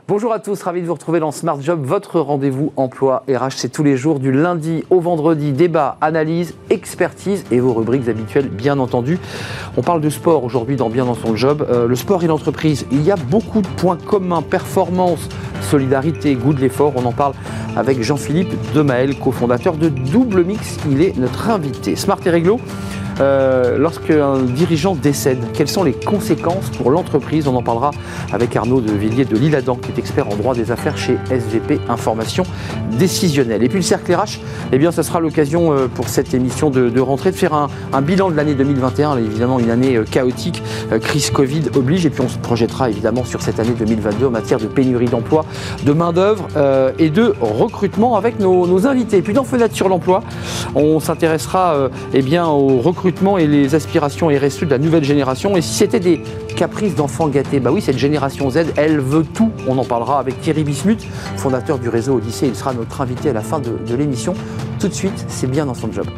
Bonjour à tous, ravi de vous retrouver dans Smart Job, votre rendez-vous emploi RH. C'est tous les jours du lundi au vendredi, débat, analyse, expertise et vos rubriques habituelles bien entendu. On parle de sport aujourd'hui dans Bien dans son job. Le sport et l'entreprise, il y a beaucoup de points communs, performance, solidarité, goût de l'effort. On en parle avec Jean-Philippe Demaël, cofondateur de Double Mix. Il est notre invité. Smart et réglo. Lorsqu'un dirigeant décède, quelles sont les conséquences pour l'entreprise? On en parlera avec Arnaud de Villiers de l'Isle-Adam, qui est expert en droit des affaires chez SVP Information Décisionnelle. Et puis le cercle RH, eh bien, ça sera l'occasion pour cette émission de rentrer, de faire un bilan de l'année 2021, évidemment une année chaotique, crise Covid oblige, et puis on se projettera évidemment sur cette année 2022 en matière de pénurie d'emploi, de main-d'œuvre et de recrutement avec nos invités. Et puis dans Fenêtre sur l'emploi, on s'intéressera eh bien, au recrutement et les aspirations RSE de la nouvelle génération. Et si c'était des caprices d'enfants gâtés, bah oui, cette génération Z, elle veut tout. On en parlera avec Thierry Bismuth, fondateur du réseau Odyssée. Il sera notre invité à la fin de l'émission. Tout de suite, c'est Bien dans son job.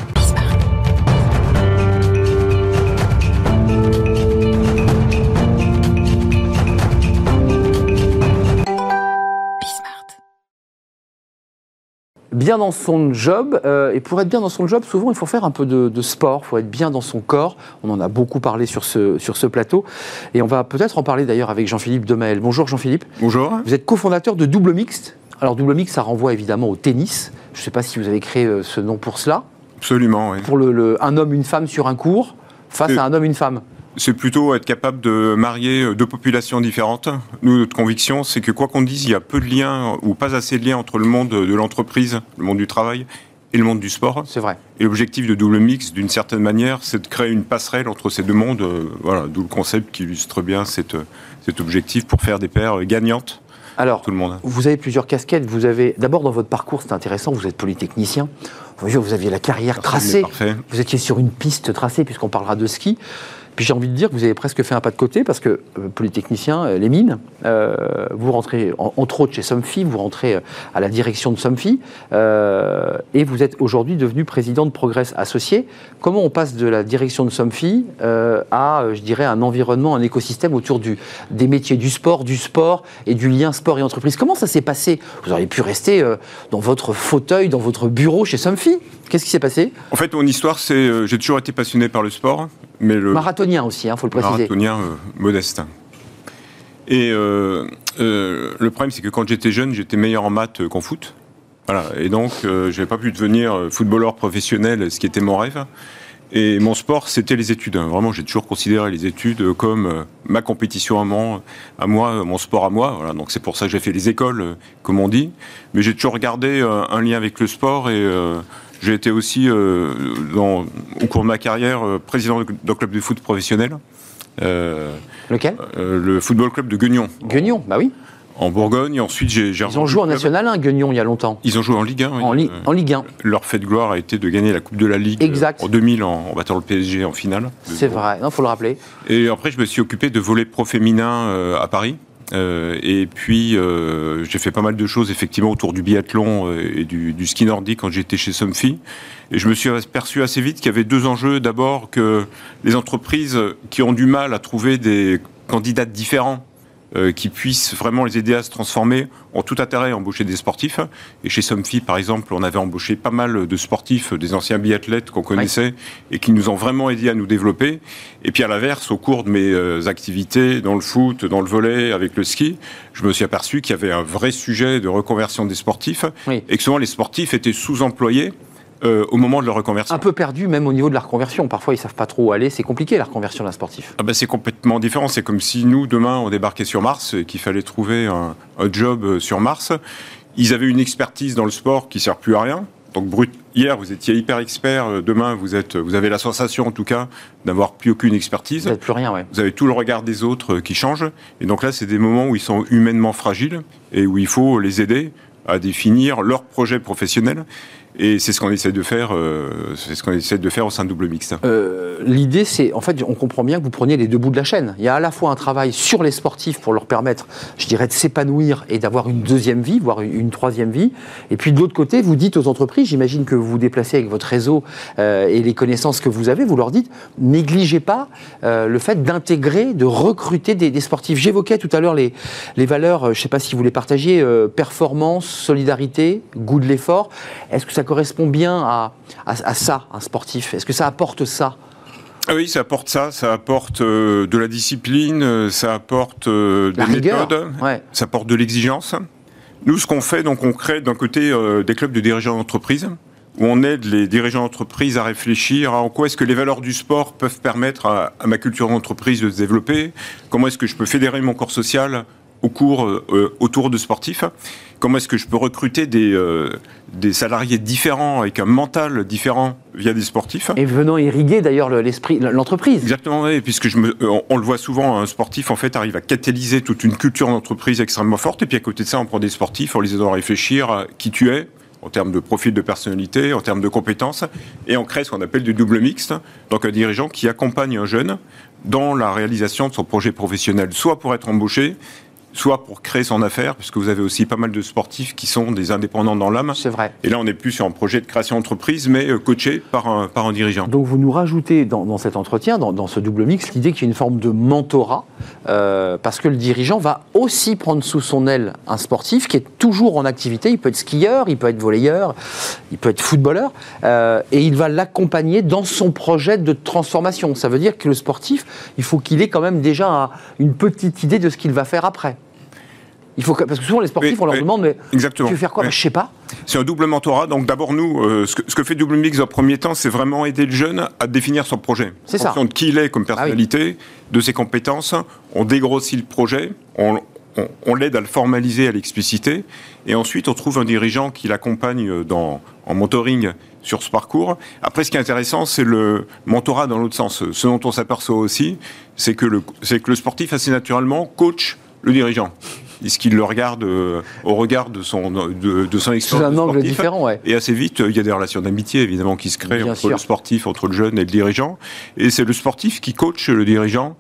Bien dans son job, et pour être bien dans son job, souvent il faut faire un peu de sport, il faut être bien dans son corps. On en a beaucoup parlé sur ce plateau, et on va peut-être en parler d'ailleurs avec Jean-Philippe Demaël. Bonjour Jean-Philippe. Bonjour. Vous êtes cofondateur de Double Mix. Alors Double Mix, ça renvoie évidemment au tennis. Je ne sais pas si vous avez créé ce nom pour cela. Absolument, oui. Pour un homme, une femme sur un court, face à un homme, une femme. C'est plutôt être capable de marier deux populations différentes. Nous, notre conviction, c'est que quoi qu'on dise, il y a peu de liens ou pas assez de liens entre le monde de l'entreprise, le monde du travail et le monde du sport. C'est vrai. Et l'objectif de Double Mix, d'une certaine manière, c'est de créer une passerelle entre ces deux mondes. Voilà, d'où le concept qui illustre bien cet objectif pour faire des paires gagnantes. Alors, tout le monde. Vous avez plusieurs casquettes. Vous avez, d'abord dans votre parcours, c'est intéressant, vous êtes polytechnicien. Vous aviez la carrière tracée. Vous étiez sur une piste tracée, puisqu'on parlera de ski. Puis j'ai envie de dire que vous avez presque fait un pas de côté, parce que polytechnicien, les mines, vous rentrez entre autres chez Somfy, vous rentrez à la direction de Somfy, et vous êtes aujourd'hui devenu président de Progress Associés. Comment on passe de la direction de Somfy à, je dirais, un environnement, un écosystème autour des métiers du sport et du lien sport et entreprise? Comment ça s'est passé? Vous auriez pu rester dans votre fauteuil, dans votre bureau chez Somfy. Qu'est-ce qui s'est passé? En fait, mon histoire, c'est j'ai toujours été passionné par le sport. Mais marathonien aussi, faut le préciser. Marathonien modeste. Et le problème, c'est que quand j'étais jeune, j'étais meilleur en maths qu'en foot. Voilà. Et donc, je n'avais pas pu devenir footballeur professionnel, ce qui était mon rêve. Et mon sport, c'était les études. Vraiment, j'ai toujours considéré les études comme ma compétition à moi, mon sport à moi. Voilà. Donc, c'est pour ça que j'ai fait les écoles, comme on dit. Mais j'ai toujours gardé un lien avec le sport et j'ai été aussi, au cours de ma carrière, président d'un club de foot professionnel. Lequel? Le football club de Guignon. Guignon, bah oui. En Bourgogne. Et ensuite, ils ont joué en National 1, Guignon, il y a longtemps. Ils ont joué en Ligue 1. Oui. En Ligue 1. Leur fait de gloire a été de gagner la Coupe de la Ligue en 2000 en battant le PSG en finale. C'est vrai, il faut le rappeler. Et après, je me suis occupé de volley pro féminin à Paris. Et puis, j'ai fait pas mal de choses, effectivement, autour du biathlon et du ski nordique quand j'étais chez Somfy. Et je me suis aperçu assez vite qu'il y avait deux enjeux. D'abord, que les entreprises qui ont du mal à trouver des candidats différents qui puissent vraiment les aider à se transformer, ont tout intérêt à embaucher des sportifs. Et chez Somfy, par exemple, on avait embauché pas mal de sportifs, des anciens biathlètes qu'on connaissait, et qui nous ont vraiment aidés à nous développer. Et puis à l'inverse, au cours de mes activités, dans le foot, dans le volley, avec le ski, je me suis aperçu qu'il y avait un vrai sujet de reconversion des sportifs, et que souvent les sportifs étaient sous-employés au moment de leur reconversion. Un peu perdu même au niveau de la reconversion. Parfois, ils ne savent pas trop où aller. C'est compliqué, la reconversion d'un sportif. C'est complètement différent. C'est comme si nous, demain, on débarquait sur Mars et qu'il fallait trouver un job sur Mars. Ils avaient une expertise dans le sport qui ne sert plus à rien. Donc, hier, vous étiez hyper expert. Demain, vous avez la sensation, en tout cas, d'avoir plus aucune expertise. Vous n'êtes plus rien, ouais. Vous avez tout le regard des autres qui change. Et donc là, c'est des moments où ils sont humainement fragiles et où il faut les aider à définir leur projet professionnel. Et c'est ce qu'on essaie de faire, au sein de Double Mixte. L'idée, c'est, en fait, on comprend bien que vous preniez les deux bouts de la chaîne. Il y a à la fois un travail sur les sportifs pour leur permettre, je dirais, de s'épanouir et d'avoir une deuxième vie, voire une troisième vie. Et puis de l'autre côté, vous dites aux entreprises, j'imagine que vous vous déplacez avec votre réseau et les connaissances que vous avez, vous leur dites, négligez pas le fait d'intégrer, de recruter des sportifs. J'évoquais tout à l'heure les valeurs, je ne sais pas si vous les partagiez, performance, solidarité, goût de l'effort. Est-ce que ça correspond bien à ça, un sportif? Est-ce que ça apporte ça? Oui, ça apporte ça. Ça apporte de la discipline, ça apporte des méthodes, ça apporte de l'exigence. Nous, ce qu'on fait, donc, on crée d'un côté des clubs de dirigeants d'entreprise, où on aide les dirigeants d'entreprise à réfléchir à en quoi est-ce que les valeurs du sport peuvent permettre à ma culture d'entreprise de se développer, comment est-ce que je peux fédérer mon corps social autour de sportifs. Comment est-ce que je peux recruter des salariés différents, avec un mental différent via des sportifs. Et venant irriguer d'ailleurs l'esprit, l'entreprise. Exactement, oui, puisque on le voit souvent, un sportif en fait arrive à catalyser toute une culture d'entreprise extrêmement forte, et puis à côté de ça, on prend des sportifs, on les aide à réfléchir à qui tu es, en termes de profil de personnalité, en termes de compétences, et on crée ce qu'on appelle du double mixte, donc un dirigeant qui accompagne un jeune dans la réalisation de son projet professionnel, soit pour être embauché, soit pour créer son affaire, puisque vous avez aussi pas mal de sportifs qui sont des indépendants dans l'âme. C'est vrai. Et là, on n'est plus sur un projet de création d'entreprise, mais coaché par un dirigeant. Donc vous nous rajoutez dans cet entretien, dans ce double mix, l'idée qu'il y a une forme de mentorat, parce que le dirigeant va aussi prendre sous son aile un sportif qui est toujours en activité. Il peut être skieur, il peut être volleyeur, il peut être footballeur, et il va l'accompagner dans son projet de transformation. Ça veut dire que le sportif, il faut qu'il ait quand même déjà une petite idée de ce qu'il va faire après. Parce que souvent les sportifs, on leur demande, mais exactement. Tu veux faire quoi? Je sais pas. C'est un double mentorat. Donc d'abord, nous, ce que fait Double Mix en premier temps, c'est vraiment aider le jeune à définir son projet. C'est ça. En fonction de qui il est comme personnalité, de ses compétences, on dégrossit le projet, on l'aide à le formaliser, à l'expliciter, et ensuite on trouve un dirigeant qui l'accompagne en mentoring sur ce parcours. Après, ce qui est intéressant, c'est le mentorat dans l'autre sens. Ce dont on s'aperçoit aussi, c'est que le sportif, assez naturellement, coach le dirigeant. Est-ce qu'il le regarde au regard de son expérience sous un angle sportif, différent, ouais. Et assez vite, il y a des relations d'amitié, évidemment, qui se créent entre le sportif, entre le jeune et le dirigeant. Et c'est le sportif qui coach le dirigeant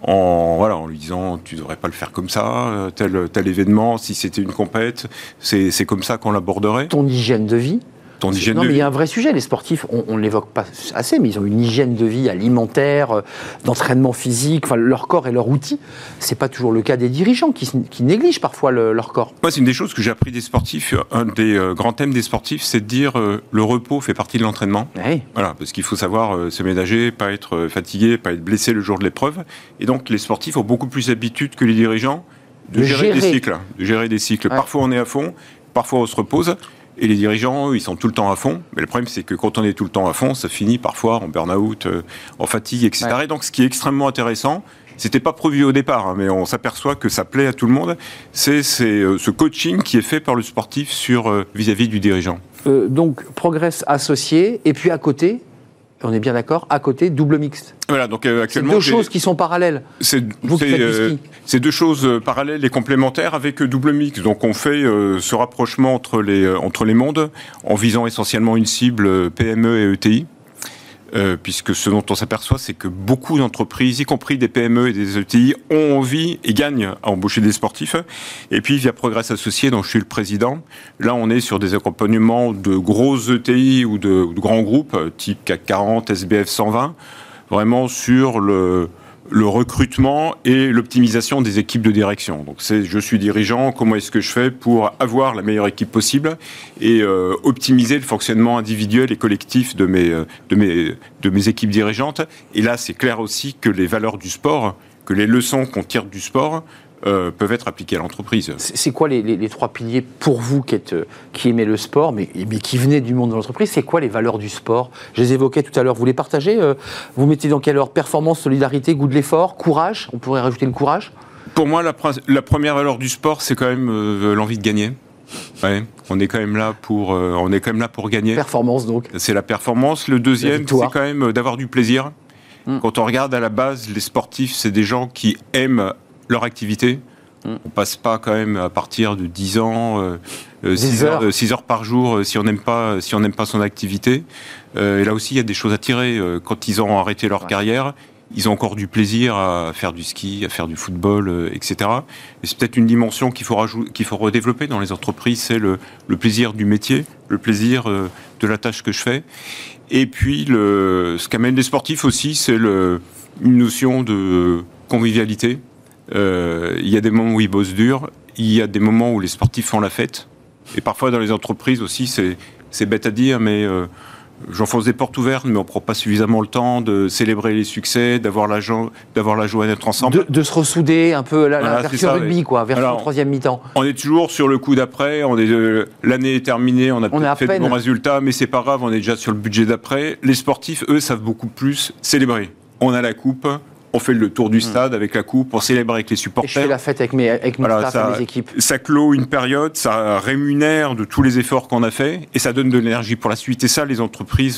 en lui disant « tu devrais pas le faire comme ça, tel événement, si c'était une compète, c'est comme ça qu'on l'aborderait ». Ton hygiène de vie. Non, mais il y a un vrai sujet. Les sportifs, on ne l'évoque pas assez, mais ils ont une hygiène de vie alimentaire, d'entraînement physique. Enfin, leur corps est leur outil. C'est pas toujours le cas des dirigeants qui négligent parfois leur corps. Moi, c'est une des choses que j'ai appris des sportifs. Un des grands thèmes des sportifs, c'est de dire le repos fait partie de l'entraînement. Oui. Voilà, parce qu'il faut savoir se ménager, pas être fatigué, pas être blessé le jour de l'épreuve. Et donc, les sportifs ont beaucoup plus l'habitude que les dirigeants de gérer des cycles. Ouais. Parfois, on est à fond, parfois, on se repose. Et les dirigeants, eux, ils sont tout le temps à fond. Mais le problème, c'est que quand on est tout le temps à fond, ça finit parfois en burn-out, en fatigue, etc. Ouais. Et donc, ce qui est extrêmement intéressant, c'était pas prévu au départ, hein, mais on s'aperçoit que ça plaît à tout le monde, c'est ce coaching qui est fait par le sportif vis-à-vis du dirigeant. Donc, Progress associé, et puis à côté, on est bien d'accord, à côté, double mixte. Voilà, donc actuellement... C'est deux choses qui sont parallèles. C'est deux choses parallèles et complémentaires avec double mixte. Donc on fait ce rapprochement entre les mondes, en visant essentiellement une cible PME et ETI. Puisque ce dont on s'aperçoit, c'est que beaucoup d'entreprises, y compris des PME et des ETI, ont envie et gagnent à embaucher des sportifs. Et puis, via Progress Associé, dont je suis le président, là, on est sur des accompagnements de grosses ETI ou de grands groupes, type CAC 40, SBF 120, vraiment sur le recrutement et l'optimisation des équipes de direction. Donc je suis dirigeant, comment est-ce que je fais pour avoir la meilleure équipe possible et optimiser le fonctionnement individuel et collectif de mes équipes dirigeantes. Et là, c'est clair aussi que les valeurs du sport, que les leçons qu'on tire du sport peuvent être appliquées à l'entreprise. C'est quoi les trois piliers pour vous qui aimez le sport, mais qui venez du monde de l'entreprise? C'est quoi les valeurs du sport? Je les évoquais tout à l'heure. Vous les partagez? Vous mettez dans quelle ordre? Performance, solidarité, goût de l'effort, courage? On pourrait rajouter le courage? Pour moi, la première valeur du sport, c'est quand même l'envie de gagner. Ouais, on est quand même là pour gagner. Performance, donc. C'est la performance. Le deuxième, c'est quand même d'avoir du plaisir. Quand on regarde à la base, les sportifs, c'est des gens qui aiment leur activité. On passe pas quand même à partir de 10 ans, 6 heures par jour si on n'aime pas son activité. Et là aussi, il y a des choses à tirer. Quand ils ont arrêté leur carrière, ils ont encore du plaisir à faire du ski, à faire du football, etc. Et c'est peut-être une dimension qu'il faut redévelopper dans les entreprises, c'est le plaisir du métier, le plaisir de la tâche que je fais. Et puis, ce qu'amènent les sportifs aussi, c'est une notion de convivialité. Il y a des moments où ils bossent dur, il y a des moments où les sportifs font la fête. Et parfois, dans les entreprises aussi, c'est bête à dire, mais j'enfonce des portes ouvertes, mais on ne prend pas suffisamment le temps de célébrer les succès, d'avoir la joie d'être ensemble. De se ressouder un peu, la version rugby, quoi, version troisième mi-temps. On est toujours sur le coup d'après, l'année est terminée, on a peut-être fait de bons résultats, mais c'est pas grave, on est déjà sur le budget d'après. Les sportifs, eux, savent beaucoup plus célébrer. On a la coupe, on fait le tour du stade avec la coupe, on célèbre avec les supporters. Et je fais la fête avec mon staff et mes équipes. Ça clôt une période, ça rémunère de tous les efforts qu'on a faits et ça donne de l'énergie pour la suite. Et ça, les entreprises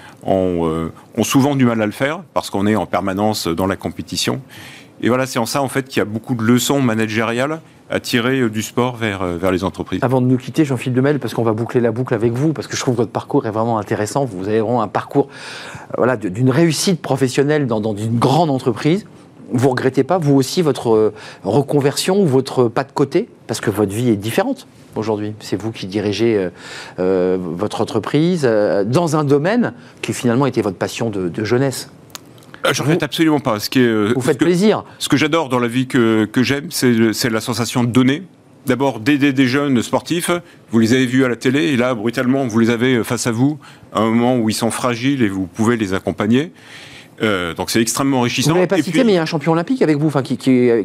ont souvent du mal à le faire parce qu'on est en permanence dans la compétition. Et voilà, c'est en ça en fait qu'il y a beaucoup de leçons managériales à tirer du sport vers les entreprises. Avant de nous quitter, Jean-Philippe Demel, parce qu'on va boucler la boucle avec vous, parce que je trouve que votre parcours est vraiment intéressant. Vous avez vraiment un parcours d'une réussite professionnelle dans une grande entreprise. Vous ne regrettez pas, vous aussi, votre reconversion ou votre pas de côté, parce que votre vie est différente aujourd'hui. C'est vous qui dirigez votre entreprise dans un domaine qui finalement était votre passion de jeunesse. Je ne regrette absolument pas. Vous faites plaisir. Ce que j'adore dans la vie que j'aime, c'est la sensation de donner. D'abord, d'aider des jeunes sportifs. Vous les avez vus à la télé, et là, brutalement, vous les avez face à vous, à un moment où ils sont fragiles et vous pouvez les accompagner. Donc c'est extrêmement enrichissant. Vous ne l'avez pas cité, mais il y a un champion olympique avec vous, avec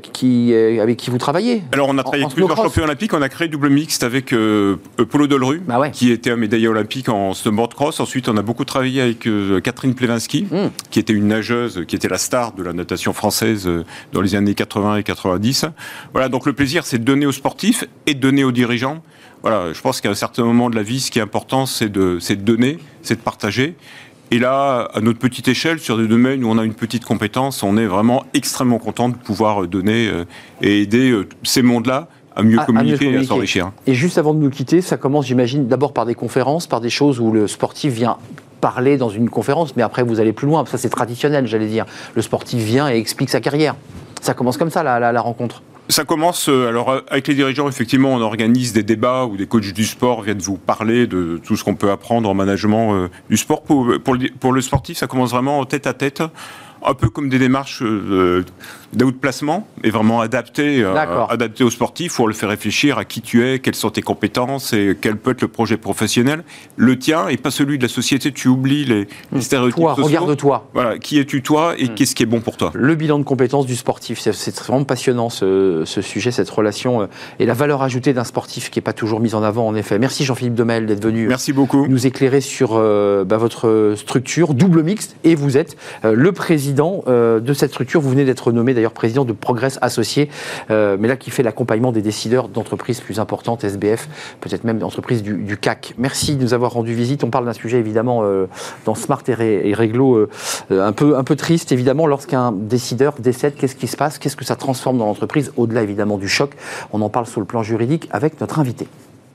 qui vous travaillez. Alors on a travaillé avec plusieurs champions olympiques. On a créé double mixte avec Polo Dolru, qui était un médaillé olympique en snowboard cross. Ensuite, on a beaucoup travaillé avec Catherine Plevinski, qui était une nageuse, qui était la star de la natation française dans les années 80 et 90. Voilà, donc le plaisir, c'est de donner aux sportifs et de donner aux dirigeants. Voilà, je pense qu'à un certain moment de la vie, ce qui est important, c'est de donner, c'est de partager. Et là, à notre petite échelle, sur des domaines où on a une petite compétence, on est vraiment extrêmement content de pouvoir donner et aider ces mondes-là à mieux communiquer et à s'enrichir. Et juste avant de nous quitter, ça commence, j'imagine, d'abord par des conférences, par des choses où le sportif vient parler dans une conférence, mais après vous allez plus loin. Ça, c'est traditionnel, j'allais dire. Le sportif vient et explique sa carrière. Ça commence comme ça, la rencontre. Ça commence, alors avec les dirigeants, effectivement, on organise des débats où des coachs du sport viennent vous parler de tout ce qu'on peut apprendre en management du sport. Pour le sportif, ça commence vraiment tête à tête, un peu comme des démarches d'outplacement, mais vraiment adaptées aux sportifs, pour le faire réfléchir à qui tu es, quelles sont tes compétences et quel peut être le projet professionnel, le tien et pas celui de la société. Tu oublies les stéréotypes sociaux. Regarde-toi. Voilà, qui es-tu toi et qu'est-ce qui est bon pour toi. Le bilan de compétences du sportif, c'est vraiment passionnant ce sujet, cette relation et la valeur ajoutée d'un sportif qui n'est pas toujours mise en avant en effet. Merci Jean-Philippe Demel d'être venu nous éclairer sur votre structure double mixte et vous êtes le président de cette structure. Vous venez d'être nommé d'ailleurs président de Progress Associés, mais là qui fait l'accompagnement des décideurs d'entreprises plus importantes, SBF, peut-être même d'entreprises du CAC. Merci de nous avoir rendu visite. On parle d'un sujet évidemment dans Smart et Réglo un peu triste évidemment. Lorsqu'un décideur décède, qu'est-ce qui se passe? Qu'est-ce que ça transforme dans l'entreprise? Au-delà évidemment du choc, on en parle sur le plan juridique avec notre invité.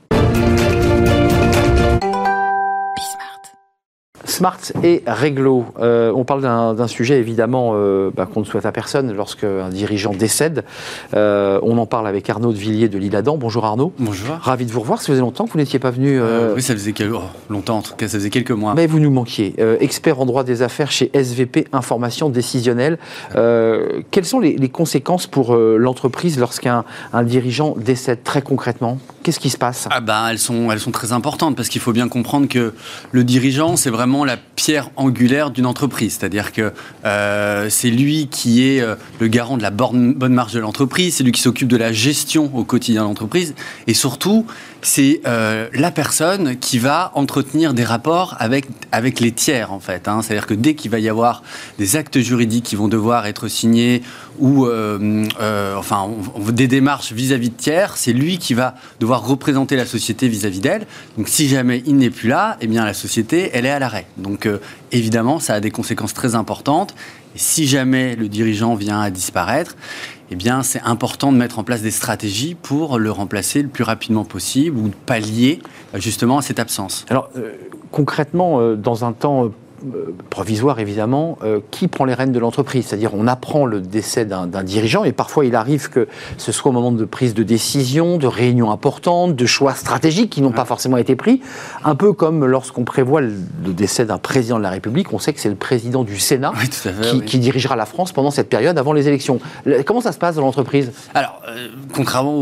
Smart et Réglo. On parle d'un sujet évidemment qu'on ne souhaite à personne lorsqu'un dirigeant décède. On en parle avec Arnaud de Villiers de l'Isle-Adam. Bonjour Arnaud. Bonjour. Ravi de vous revoir. Ça faisait longtemps que vous n'étiez pas venu. Oui, ça faisait longtemps, en tout cas ça faisait quelques mois. Mais vous nous manquiez. Expert en droit des affaires chez SVP Information Décisionnelle. Quelles sont les conséquences pour l'entreprise lorsqu'un dirigeant décède très concrètement? Qu'est-ce qui se passe? Elles sont très importantes parce qu'il faut bien comprendre que le dirigeant, c'est vraiment la pierre angulaire d'une entreprise. C'est-à-dire que c'est lui qui est le garant de la bonne marche de l'entreprise, c'est lui qui s'occupe de la gestion au quotidien de l'entreprise et surtout, c'est la personne qui va entretenir des rapports avec les tiers en fait. C'est-à-dire que dès qu'il va y avoir des actes juridiques qui vont devoir être signés ou des démarches vis-à-vis de tiers, c'est lui qui va devoir représenter la société vis-à-vis d'elle. Donc si jamais il n'est plus là, eh bien la société, elle est à l'arrêt. Donc évidemment, ça a des conséquences très importantes. Et si jamais le dirigeant vient à disparaître, eh bien, c'est important de mettre en place des stratégies pour le remplacer le plus rapidement possible ou de pallier justement à cette absence. Alors, concrètement, dans un temps provisoire évidemment, qui prend les rênes de l'entreprise? C'est-à-dire, on apprend le décès d'un dirigeant et parfois il arrive que ce soit au moment de prise de décision, de réunions importantes, de choix stratégiques qui n'ont pas forcément été pris. Un peu comme lorsqu'on prévoit le décès d'un président de la République, on sait que c'est le président du Sénat qui dirigera la France pendant cette période avant les élections. Comment ça se passe dans l'entreprise? Alors, contrairement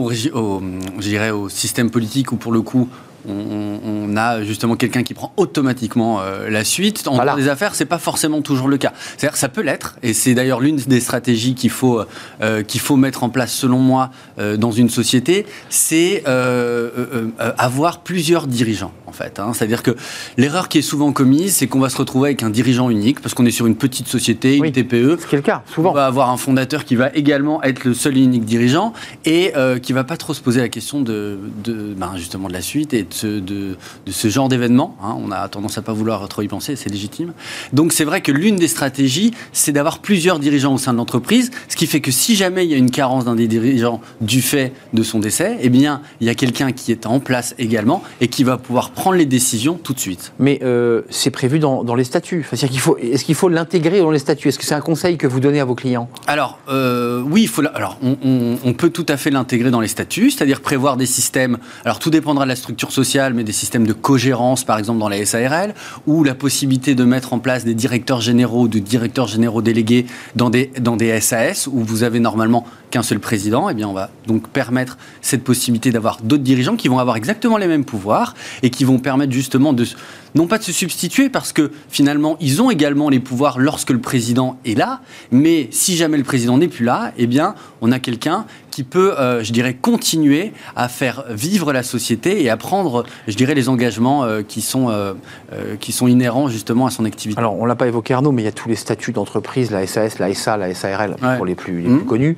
au système politique où pour le coup, on a justement quelqu'un qui prend automatiquement la suite. En droit des affaires, c'est pas forcément toujours le cas. C'est-à-dire, ça peut l'être, et c'est d'ailleurs l'une des stratégies qu'il faut mettre en place, selon moi, dans une société, c'est avoir plusieurs dirigeants, en fait. C'est-à-dire que l'erreur qui est souvent commise, c'est qu'on va se retrouver avec un dirigeant unique, parce qu'on est sur une petite société, une TPE. Ce qui est le cas, souvent. On va avoir un fondateur qui va également être le seul et unique dirigeant, et qui va pas trop se poser la question justement de la suite et de ce genre d'événement. On a tendance à pas vouloir trop y penser, c'est légitime. Donc c'est vrai que l'une des stratégies, c'est d'avoir plusieurs dirigeants au sein de l'entreprise, ce qui fait que si jamais il y a une carence d'un des dirigeants du fait de son décès, eh bien, il y a quelqu'un qui est en place également et qui va pouvoir prendre les décisions tout de suite. Mais c'est prévu dans les statuts. Est-ce qu'il faut l'intégrer dans les statuts? Est-ce que c'est un conseil que vous donnez à vos clients? Alors, oui, on peut tout à fait l'intégrer dans les statuts, c'est-à-dire prévoir des systèmes. Alors, tout dépendra de la structure sociale, mais des systèmes de cogérance, par exemple dans la SARL, ou la possibilité de mettre en place des directeurs généraux ou de directeurs généraux délégués dans des SAS, où vous avez normalement qu'un seul président. Eh bien, on va donc permettre cette possibilité d'avoir d'autres dirigeants qui vont avoir exactement les mêmes pouvoirs et qui vont permettre justement non pas de se substituer, parce que finalement, ils ont également les pouvoirs lorsque le président est là, mais si jamais le président n'est plus là, eh bien, on a quelqu'un qui peut, continuer à faire vivre la société et à prendre, les engagements qui sont inhérents justement à son activité. Alors, on ne l'a pas évoqué, Arnaud, mais il y a tous les statuts d'entreprise, la SAS, la SA, la SARL, pour les plus connus.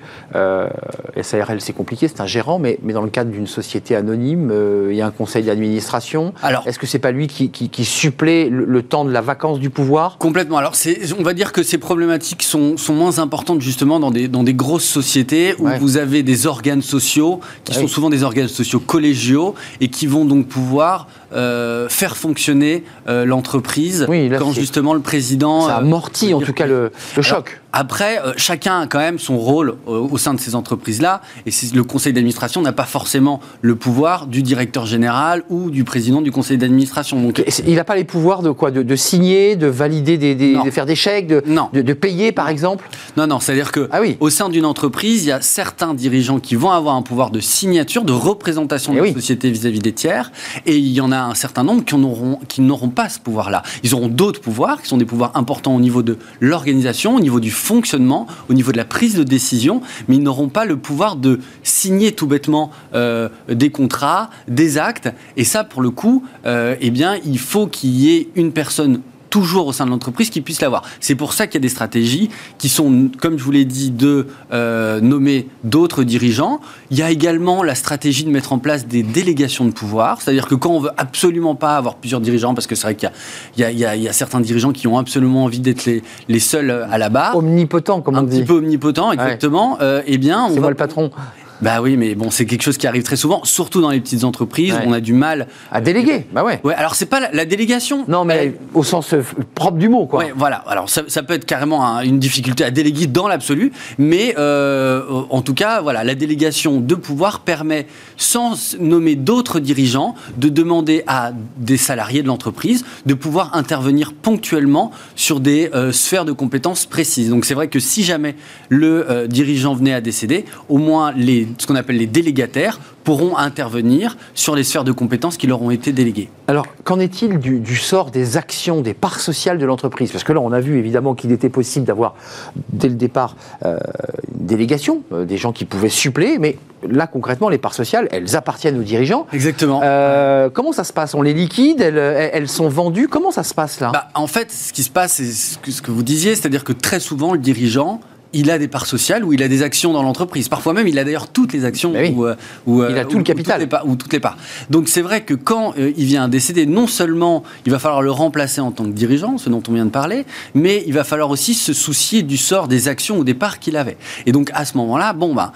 SARL, c'est compliqué, c'est un gérant, mais dans le cadre d'une société anonyme, il y a un conseil d'administration. Alors, est-ce que c'est pas lui qui supplée le temps de la vacance du pouvoir? Complètement. Alors, on va dire que ces problématiques sont moins importantes justement dans des grosses sociétés où vous avez des organes sociaux qui sont souvent des organes sociaux collégiaux et qui vont donc pouvoir faire fonctionner l'entreprise quand justement le président... Ça amortit en tout cas le choc. Après, chacun a quand même son rôle au sein de ces entreprises-là, et le conseil d'administration n'a pas forcément le pouvoir du directeur général ou du président du conseil d'administration. Donc, il n'a pas les pouvoirs de quoi, de signer, de valider, de faire des chèques, de payer par exemple? Non, c'est-à-dire que au sein d'une entreprise, il y a certains dirigeants qui vont avoir un pouvoir de signature, de représentation de la société vis-à-vis des tiers, et il y en a un certain nombre qui n'auront pas ce pouvoir-là. Ils auront d'autres pouvoirs, qui sont des pouvoirs importants au niveau de l'organisation, au niveau du fonctionnement, au niveau de la prise de décision, mais ils n'auront pas le pouvoir de signer tout bêtement des contrats, des actes, et ça, pour le coup, il faut qu'il y ait une personne toujours au sein de l'entreprise qui puisse l'avoir. C'est pour ça qu'il y a des stratégies qui sont, comme je vous l'ai dit, de nommer d'autres dirigeants. Il y a également la stratégie de mettre en place des délégations de pouvoir, c'est-à-dire que quand on veut absolument pas avoir plusieurs dirigeants, parce que c'est vrai qu'il y a certains dirigeants qui ont absolument envie d'être les seuls à la barre. Omnipotent, comme on dit. Un petit peu omnipotent, exactement. C'est moi le patron. Bah oui, mais bon, c'est quelque chose qui arrive très souvent, surtout dans les petites entreprises où on a du mal à déléguer. Ouais, alors c'est pas la délégation. Non, mais au sens propre du mot, quoi. Ouais, voilà. Alors ça peut être carrément une difficulté à déléguer dans l'absolu, mais en tout cas, voilà, la délégation de pouvoir permet, sans nommer d'autres dirigeants, de demander à des salariés de l'entreprise de pouvoir intervenir ponctuellement sur des sphères de compétences précises. Donc c'est vrai que si jamais le dirigeant venait à décéder, au moins ce qu'on appelle les délégataires pourront intervenir sur les sphères de compétences qui leur ont été déléguées. Alors, qu'en est-il du sort des actions, des parts sociales de l'entreprise? Parce que là, on a vu évidemment qu'il était possible d'avoir, dès le départ, une délégation, des gens qui pouvaient suppléer, mais là, concrètement, les parts sociales, elles appartiennent aux dirigeants. Exactement. Comment ça se passe? On les liquide? Elles sont vendues? Comment ça se passe là? En fait, ce qui se passe, c'est ce que vous disiez, c'est-à-dire que très souvent, le dirigeant il a des parts sociales ou il a des actions dans l'entreprise. Parfois même, il a d'ailleurs toutes les actions il a tout le capital. Ou toutes les parts. Donc c'est vrai que quand il vient à décéder, non seulement il va falloir le remplacer en tant que dirigeant, ce dont on vient de parler, mais il va falloir aussi se soucier du sort des actions ou des parts qu'il avait. Et donc à ce moment-là,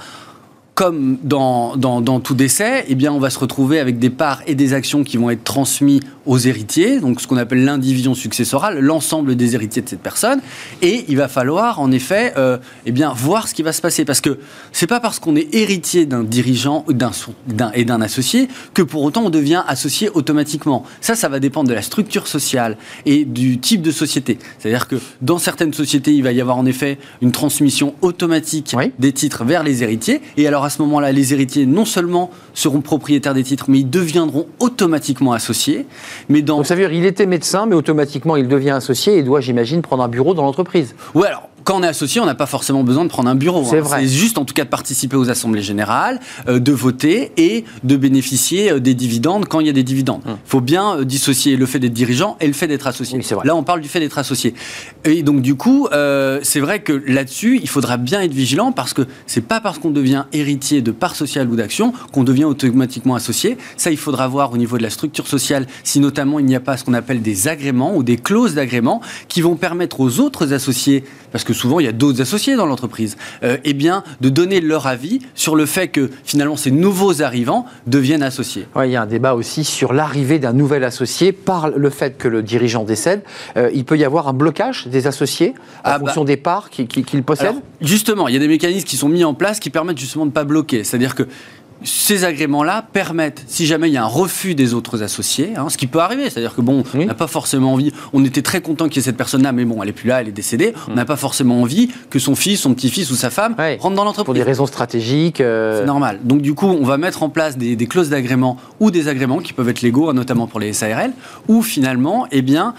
comme dans tout décès, eh bien, on va se retrouver avec des parts et des actions qui vont être transmises aux héritiers, donc ce qu'on appelle l'indivision successorale, l'ensemble des héritiers de cette personne. Et il va falloir, en effet, voir ce qui va se passer. Parce que c'est pas parce qu'on est héritier d'un dirigeant et d'un associé que pour autant on devient associé automatiquement. Ça va dépendre de la structure sociale et du type de société. C'est-à-dire que dans certaines sociétés, il va y avoir en effet une transmission automatique des titres vers les héritiers. Et alors à ce moment-là, les héritiers non seulement seront propriétaires des titres, mais ils deviendront automatiquement associés. Donc ça veut dire qu'il était médecin, mais automatiquement il devient associé et doit, j'imagine, prendre un bureau dans l'entreprise. Oui, alors quand on est associé, on n'a pas forcément besoin de prendre un bureau. C'est vrai. C'est juste en tout cas de participer aux assemblées générales, de voter et de bénéficier des dividendes quand il y a des dividendes. Il faut bien dissocier le fait d'être dirigeant et le fait d'être associé. Oui, c'est vrai. Là, on parle du fait d'être associé. Et donc du coup, c'est vrai que là-dessus, il faudra bien être vigilant parce que c'est pas parce qu'on devient héritier de parts sociales ou d'actions qu'on devient automatiquement associé. Ça, il faudra voir au niveau de la structure sociale si notamment il n'y a pas ce qu'on appelle des agréments ou des clauses d'agrément qui vont permettre aux autres associés, parce que souvent il y a d'autres associés dans l'entreprise, de donner leur avis sur le fait que finalement ces nouveaux arrivants deviennent associés. Ouais, il y a un débat aussi sur l'arrivée d'un nouvel associé par le fait que le dirigeant décède. Il peut y avoir un blocage des associés en fonction des parts qu'ils possèdent. Alors, justement, il y a des mécanismes qui sont mis en place qui permettent justement de ne pas bloquer. C'est-à-dire que ces agréments-là permettent, si jamais il y a un refus des autres associés, ce qui peut arriver, c'est-à-dire que on n'a pas forcément envie, on était très content qu'il y ait cette personne-là, mais elle n'est plus là, elle est décédée, on n'a pas forcément envie que son fils, son petit-fils ou sa femme rentre dans l'entreprise. Pour des raisons stratégiques. C'est normal. Donc du coup, on va mettre en place des clauses d'agrément ou des agréments qui peuvent être légaux, notamment pour les SARL, où finalement,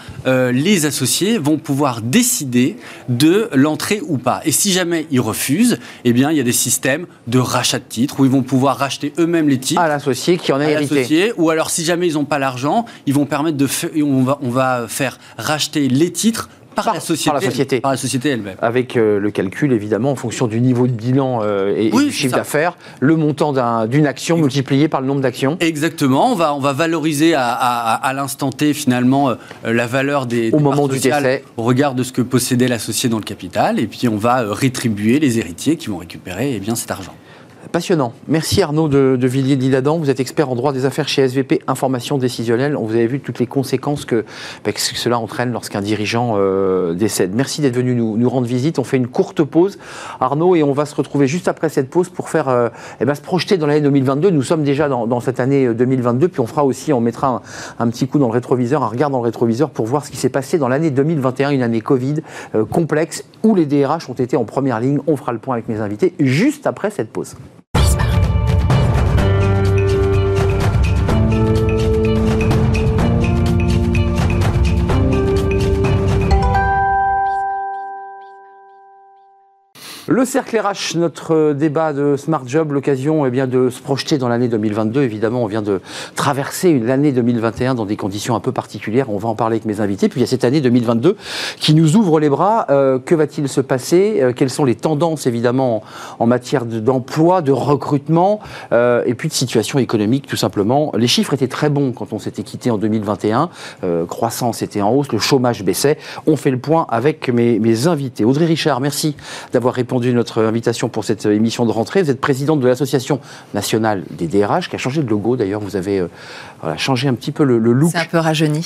les associés vont pouvoir décider de l'entrée ou pas. Et si jamais ils refusent, il y a des systèmes de rachat de titres où ils vont pouvoir racheter eux-mêmes les titres à l'associé qui en a hérité. Ou alors si jamais ils n'ont pas l'argent, ils vont permettre on va faire racheter les titres par la société elle-même. Avec le calcul, évidemment, en fonction du niveau de bilan et du chiffre d'affaires, le montant d'une action multiplié par le nombre d'actions. Exactement. On va valoriser à l'instant T, finalement, la valeur des moment du décès, au regard de ce que possédait l'associé dans le capital. Et puis, on va rétribuer les héritiers qui vont récupérer cet argent. Passionnant. Merci Arnaud de Villiers de l'Isle-Adam. Vous êtes expert en droit des affaires chez SVP Information Décisionnelle. Vous avez vu toutes les conséquences que cela entraîne lorsqu'un dirigeant décède. Merci d'être venu nous rendre visite. On fait une courte pause, Arnaud, et on va se retrouver juste après cette pause pour faire se projeter dans l'année 2022. Nous sommes déjà dans cette année 2022, puis on mettra un petit coup dans le rétroviseur, un regard dans le rétroviseur pour voir ce qui s'est passé dans l'année 2021, une année Covid complexe où les DRH ont été en première ligne. On fera le point avec mes invités juste après cette pause. Le cercle RH, notre débat de Smart Job, l'occasion de se projeter dans l'année 2022. Évidemment, on vient de traverser l'année 2021 dans des conditions un peu particulières. On va en parler avec mes invités. Puis il y a cette année 2022 qui nous ouvre les bras. Que va-t-il se passer ? Quelles sont les tendances, évidemment, en matière d'emploi, de recrutement et puis de situation économique, tout simplement. Les chiffres étaient très bons quand on s'était quitté en 2021. Croissance était en hausse, le chômage baissait. On fait le point avec mes invités. Audrey Richard, merci d'avoir répondu à notre invitation pour cette émission de rentrée. Vous êtes présidente de l'Association nationale des DRH, qui a changé de logo d'ailleurs. Vous avez changé un petit peu le look. C'est un peu rajeuni.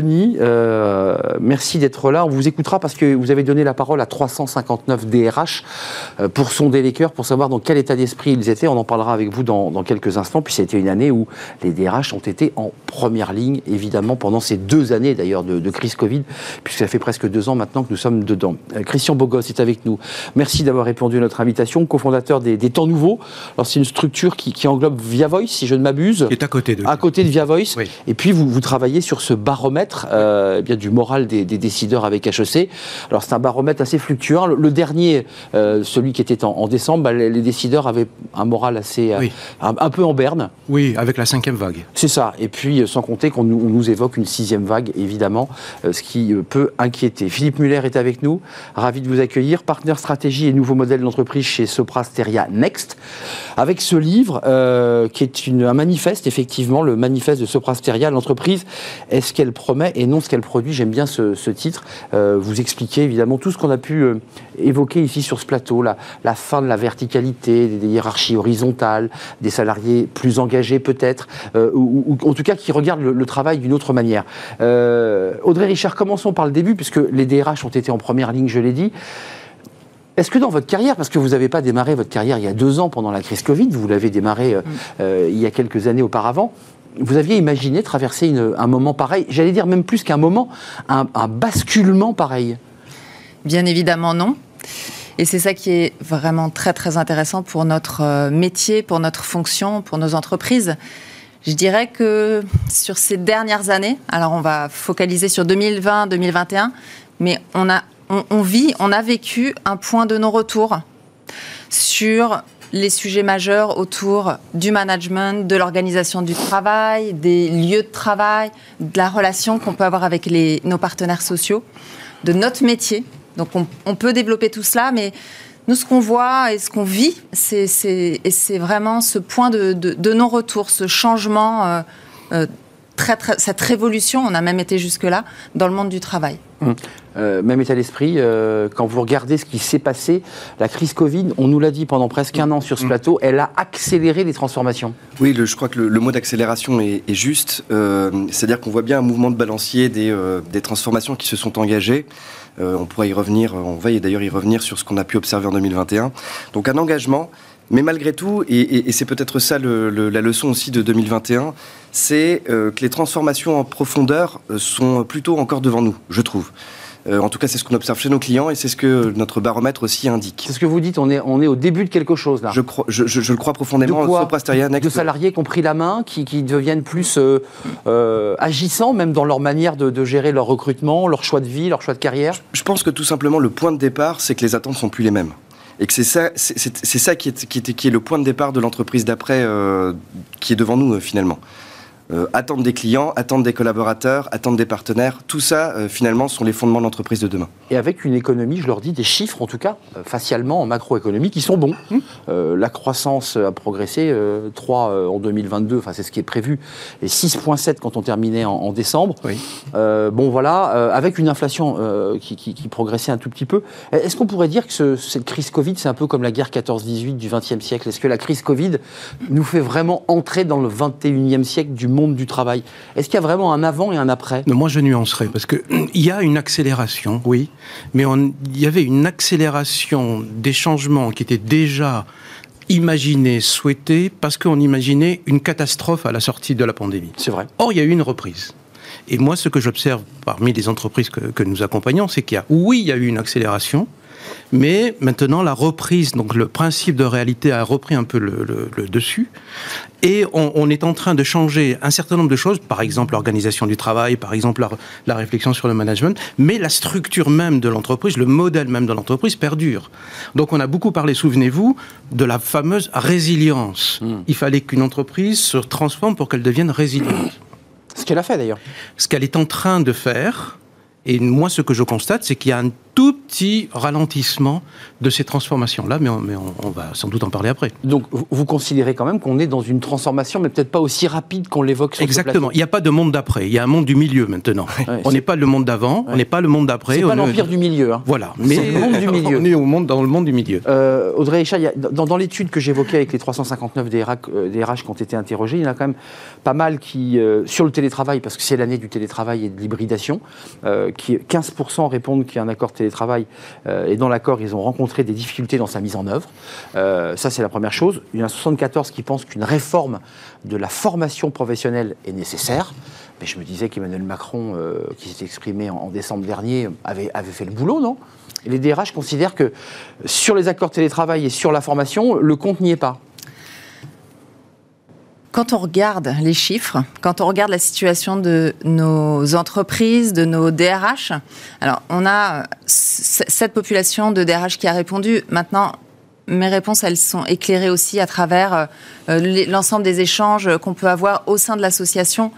Merci d'être là. On vous écoutera parce que vous avez donné la parole à 359 DRH pour sonder les cœurs, pour savoir dans quel état d'esprit ils étaient. On en parlera avec vous dans quelques instants. Puis ça a été une année où les DRH ont été en première ligne, évidemment, pendant ces 2 années d'ailleurs de crise Covid, puisque ça fait presque 2 ans maintenant que nous sommes dedans. Christian Bogos est avec nous. Merci d'avoir répondu à notre invitation, cofondateur des Temps Nouveaux. Alors c'est une structure qui englobe Via Voice, si je ne m'abuse. Qui est à côté de Via Voice. Oui. Et puis vous travaillez sur ce baromètre du moral des décideurs avec HEC. Alors c'est un baromètre assez fluctuant. Le dernier, celui qui était en décembre, les décideurs avaient un moral assez un peu en berne. Oui, avec la 5e vague. C'est ça. Et puis sans compter qu'on nous évoque une 6e vague, évidemment, ce qui peut inquiéter. Philippe Muller est avec nous. Ravi de vous accueillir. Partenaire stratégie et nouveau nouveau modèle d'entreprise chez Sopra Steria Next, avec ce livre qui est un manifeste, effectivement, le manifeste de Sopra Steria, l'entreprise est ce qu'elle promet et non ce qu'elle produit. J'aime bien ce titre. Vous expliquez évidemment tout ce qu'on a pu évoquer ici sur ce plateau, la fin de la verticalité, des hiérarchies horizontales, des salariés plus engagés peut-être, ou en tout cas qui regardent le travail d'une autre manière. Audrey Richard, commençons par le début, puisque les DRH ont été en première ligne, je l'ai dit. Est-ce que dans votre carrière, parce que vous n'avez pas démarré votre carrière il y a 2 ans pendant la crise Covid, vous l'avez démarré il y a quelques années auparavant, vous aviez imaginé traverser un moment pareil, j'allais dire même plus qu'un moment, un basculement pareil? Bien évidemment non. Et c'est ça qui est vraiment très très intéressant pour notre métier, pour notre fonction, pour nos entreprises. Je dirais que sur ces dernières années, alors on va focaliser sur 2020-2021, mais on a vécu un point de non-retour sur les sujets majeurs autour du management, de l'organisation du travail, des lieux de travail, de la relation qu'on peut avoir avec nos partenaires sociaux, de notre métier. Donc on peut développer tout cela, mais nous, ce qu'on voit et ce qu'on vit, c'est vraiment ce point de non-retour, ce changement, cette révolution, on a même été jusque-là, dans le monde du travail. Même état d'esprit, quand vous regardez ce qui s'est passé, la crise Covid, on nous l'a dit pendant presque 1 an sur ce plateau, elle a accéléré les transformations. Oui, je crois que le mot d'accélération est juste. C'est-à-dire qu'on voit bien un mouvement de balancier des transformations qui se sont engagées. On pourra y revenir, on va d'ailleurs y revenir sur ce qu'on a pu observer en 2021. Donc un engagement, mais malgré tout, et c'est peut-être ça la leçon aussi de 2021, c'est que les transformations en profondeur sont plutôt encore devant nous, je trouve. En tout cas, c'est ce qu'on observe chez nos clients et c'est ce que notre baromètre aussi indique. C'est ce que vous dites, on est au début de quelque chose là. Je le crois profondément. De quoi ? Sopra Steria Next. De salariés qui ont pris la main, qui deviennent plus agissants, même dans leur manière de gérer leur recrutement, leur choix de vie, leur choix de carrière. Je pense que tout simplement, le point de départ, c'est que les attentes ne sont plus les mêmes. Et que c'est ça qui est le point de départ de l'entreprise d'après qui est devant nous finalement. Attendre des clients, attendre des collaborateurs, attendre des partenaires, tout ça, finalement, sont les fondements de l'entreprise de demain. Et avec une économie, je leur dis, des chiffres, en tout cas, facialement, en macroéconomie, qui sont bons. La croissance a progressé, 3 en 2022, enfin, c'est ce qui est prévu, et 6,7 quand on terminait en décembre. Oui. Avec une inflation qui progressait un tout petit peu. Est-ce qu'on pourrait dire que cette crise Covid, c'est un peu comme la guerre 14-18 du XXe siècle? Est-ce que la crise Covid nous fait vraiment entrer dans le XXIe siècle du monde du travail? Est-ce qu'il y a vraiment un avant et un après? Moi, je nuancerais, parce qu'il y a une accélération, oui, mais il y avait une accélération des changements qui étaient déjà imaginés, souhaités, parce qu'on imaginait une catastrophe à la sortie de la pandémie. C'est vrai. Or, il y a eu une reprise. Et moi, ce que j'observe parmi les entreprises que nous accompagnons, c'est qu'il y a eu une accélération, mais maintenant la reprise, donc le principe de réalité a repris un peu le dessus, et on est en train de changer un certain nombre de choses, par exemple l'organisation du travail, par exemple la réflexion sur le management, mais la structure même de l'entreprise, le modèle même de l'entreprise perdure. Donc on a beaucoup parlé, souvenez-vous, de la fameuse résilience. Il fallait qu'une entreprise se transforme pour qu'elle devienne résiliente. Ce qu'elle a fait d'ailleurs. Ce qu'elle est en train de faire. Et moi, ce que je constate, c'est qu'il y a un tout petit ralentissement de ces transformations-là, mais on va sans doute en parler après. Donc, vous considérez quand même qu'on est dans une transformation, mais peut-être pas aussi rapide qu'on l'évoque sur Exactement. ce plateau. Il n'y a pas de monde d'après, il y a un monde du milieu maintenant. Ouais, on n'est pas le monde d'avant, on n'est pas le monde d'après. C'est pas l'empire du milieu. Hein. Voilà. Mais c'est le monde du milieu. On est dans le monde du milieu. Audrey Richard, dans l'étude que j'évoquais avec les 359 DRH qui ont été interrogés, il y en a quand même pas mal qui, sur le télétravail, parce que c'est l'année du télétravail et de l'hybridation, 15% répondent qu'il y a un accord télétravail et dans l'accord, ils ont rencontré des difficultés dans sa mise en œuvre. Ça, c'est la première chose. Il y en a 74 qui pensent qu'une réforme de la formation professionnelle est nécessaire. Mais je me disais qu'Emmanuel Macron, qui s'est exprimé en décembre dernier, avait fait le boulot, non ? Et les DRH considèrent que sur les accords télétravail et sur la formation, le compte n'y est pas. Quand on regarde les chiffres, quand on regarde la situation de nos entreprises, de nos DRH, alors on a cette population de DRH qui a répondu. Maintenant, mes réponses, elles sont éclairées aussi à travers l'ensemble des échanges qu'on peut avoir au sein de l'association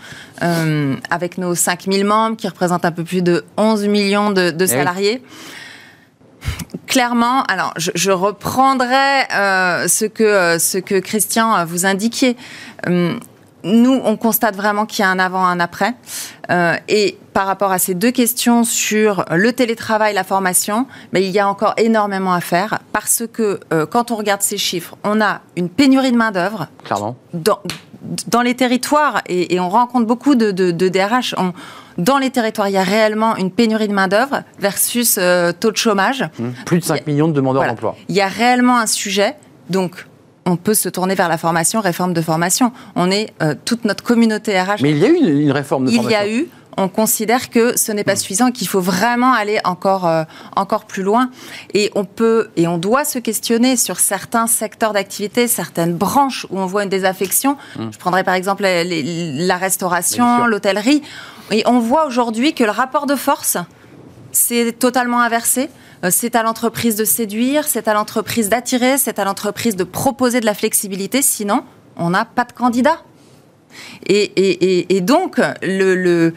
avec nos 5000 membres qui représentent un peu plus de 11 millions de salariés. Clairement, alors je reprendrai ce que Christian vous indiquiez. Nous, on constate vraiment qu'il y a un avant, un après. Et par rapport à ces deux questions sur le télétravail, la formation, il y a encore énormément à faire parce que quand on regarde ces chiffres, on a une pénurie de main-d'œuvre. Clairement. Dans les territoires, et on rencontre beaucoup de DRH, dans les territoires, il y a réellement une pénurie de main-d'œuvre versus taux de chômage. Plus de 5 millions de demandeurs d'emploi. Il y a réellement un sujet. Donc, on peut se tourner vers la formation, réforme de formation. On est toute notre communauté RH. Mais il y a eu une réforme de formation. Il y a eu. On considère que ce n'est pas suffisant, qu'il faut vraiment aller encore plus loin. Et on doit se questionner sur certains secteurs d'activité, certaines branches où on voit une désaffection. Je prendrais par exemple la restauration, l'hôtellerie. Et on voit aujourd'hui que le rapport de force, c'est totalement inversé. C'est à l'entreprise de séduire, c'est à l'entreprise d'attirer, c'est à l'entreprise de proposer de la flexibilité. Sinon, on n'a pas de candidat. Et donc, le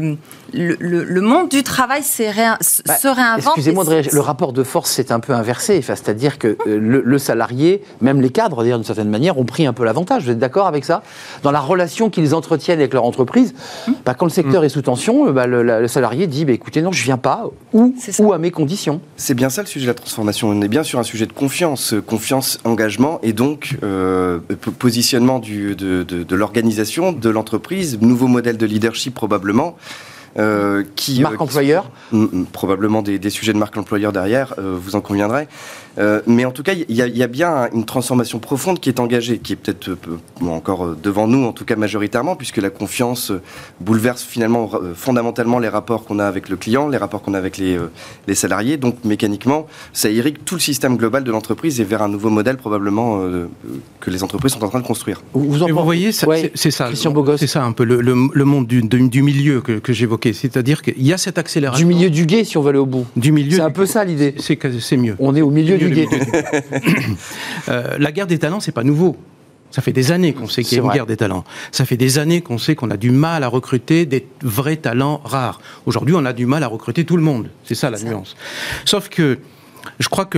monde du travail se réinvente. Excusez-moi de réagir. Le rapport de force s'est un peu inversé. C'est-à-dire que le salarié, même les cadres, d'ailleurs, d'une certaine manière, ont pris un peu l'avantage. Vous êtes d'accord avec ça ? Dans la relation qu'ils entretiennent avec leur entreprise, quand le secteur est sous tension, le salarié dit écoutez, non, je ne viens pas, ou à mes conditions. C'est bien ça le sujet de la transformation. On est bien sur un sujet de confiance, engagement, et donc positionnement de l'organisation, de l'entreprise, nouveau modèle de leadership probablement. Marque employeur probablement des sujets de marque employeur derrière, vous en conviendrez. Mais en tout cas, il y a bien une transformation profonde qui est engagée, qui est peut-être encore devant nous, en tout cas majoritairement, puisque la confiance bouleverse finalement fondamentalement les rapports qu'on a avec le client, les rapports qu'on a avec les salariés. Donc mécaniquement, ça irrigue tout le système global de l'entreprise et vers un nouveau modèle probablement que les entreprises sont en train de construire. Vous voyez, c'est ça. Christian Bogos. C'est ça un peu le monde du milieu que j'évoquais. C'est-à-dire qu'il y a cette accélération. Du milieu du gué, si on veut aller au bout. Du milieu. C'est un peu ça l'idée. C'est mieux. On est au milieu du gué. La guerre des talents, c'est pas nouveau. Ça fait des années qu'on sait qu'il y a une guerre des talents. Ça fait des années qu'on sait qu'on a du mal à recruter des vrais talents rares. Aujourd'hui, on a du mal à recruter tout le monde. C'est ça la nuance. Sauf que je crois que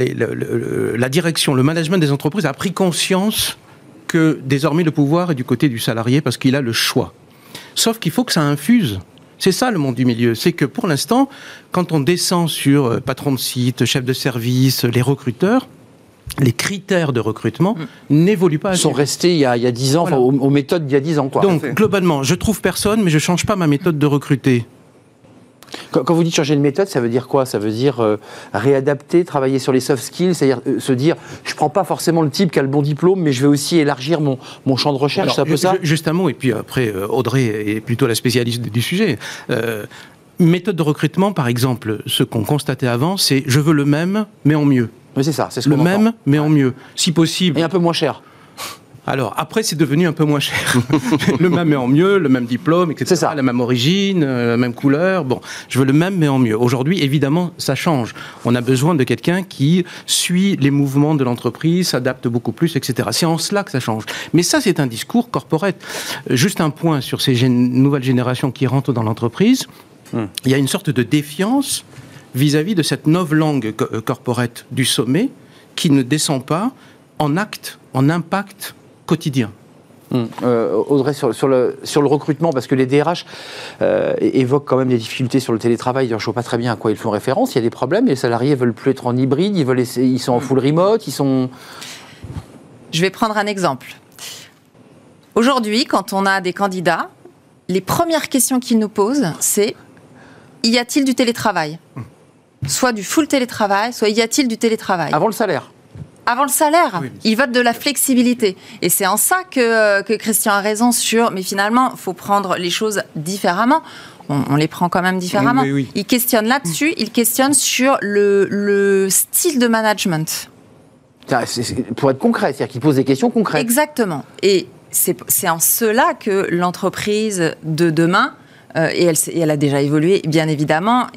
la direction, le management des entreprises a pris conscience que désormais le pouvoir est du côté du salarié parce qu'il a le choix. Sauf qu'il faut que ça infuse. C'est ça le monde du milieu. C'est que pour l'instant, quand on descend sur patron de site, chef de service, les recruteurs, les critères de recrutement n'évoluent pas. Ils sont restés il y a 10 ans, voilà. Aux méthodes d'il y a 10 ans. Quoi. Donc, globalement, je trouve personne, mais je ne change pas ma méthode de recruter. Quand vous dites changer de méthode, ça veut dire quoi ? Ça veut dire réadapter, travailler sur les soft skills, c'est-à-dire se dire, je ne prends pas forcément le type qui a le bon diplôme, mais je vais aussi élargir mon champ de recherche, c'est un peu ça ? Juste un mot, et puis après, Audrey est plutôt la spécialiste du sujet. Méthode de recrutement, par exemple, ce qu'on constatait avant, c'est je veux le même, mais en mieux. Oui, c'est ça, c'est ce qu'on entend. Le même, mais en mieux. Si possible. Et un peu moins cher. Alors, après, c'est devenu un peu moins cher. Le même mais en mieux, le même diplôme, etc. C'est ça. La même origine, la même couleur. Bon, je veux le même mais en mieux. Aujourd'hui, évidemment, ça change. On a besoin de quelqu'un qui suit les mouvements de l'entreprise, s'adapte beaucoup plus, etc. C'est en cela que ça change. Mais ça, c'est un discours corporate. Juste un point sur ces nouvelles générations qui rentrent dans l'entreprise. Il y a une sorte de défiance vis-à-vis de cette novlangue corporate du sommet qui ne descend pas en acte, en impact quotidien. Audrey, sur le recrutement, parce que les DRH évoquent quand même des difficultés sur le télétravail. Je ne vois pas très bien à quoi ils font référence. Il y a des problèmes. Les salariés ne veulent plus être en hybride. Ils sont en full remote. Je vais prendre un exemple. Aujourd'hui, quand on a des candidats, les premières questions qu'ils nous posent, c'est y a-t-il du télétravail ? Soit du full télétravail, soit y a-t-il du télétravail ? Avant le salaire. Avant le salaire, oui. Ils veulent de la flexibilité. Et c'est en ça que Christian a raison mais finalement, il faut prendre les choses différemment. On les prend quand même différemment. Oui. Ils questionnent là-dessus, ils questionnent sur le style de management. Pour être concret, c'est-à-dire qu'ils posent des questions concrètes. Exactement. Et c'est en cela que l'entreprise de demain, et elle a déjà évolué, bien évidemment,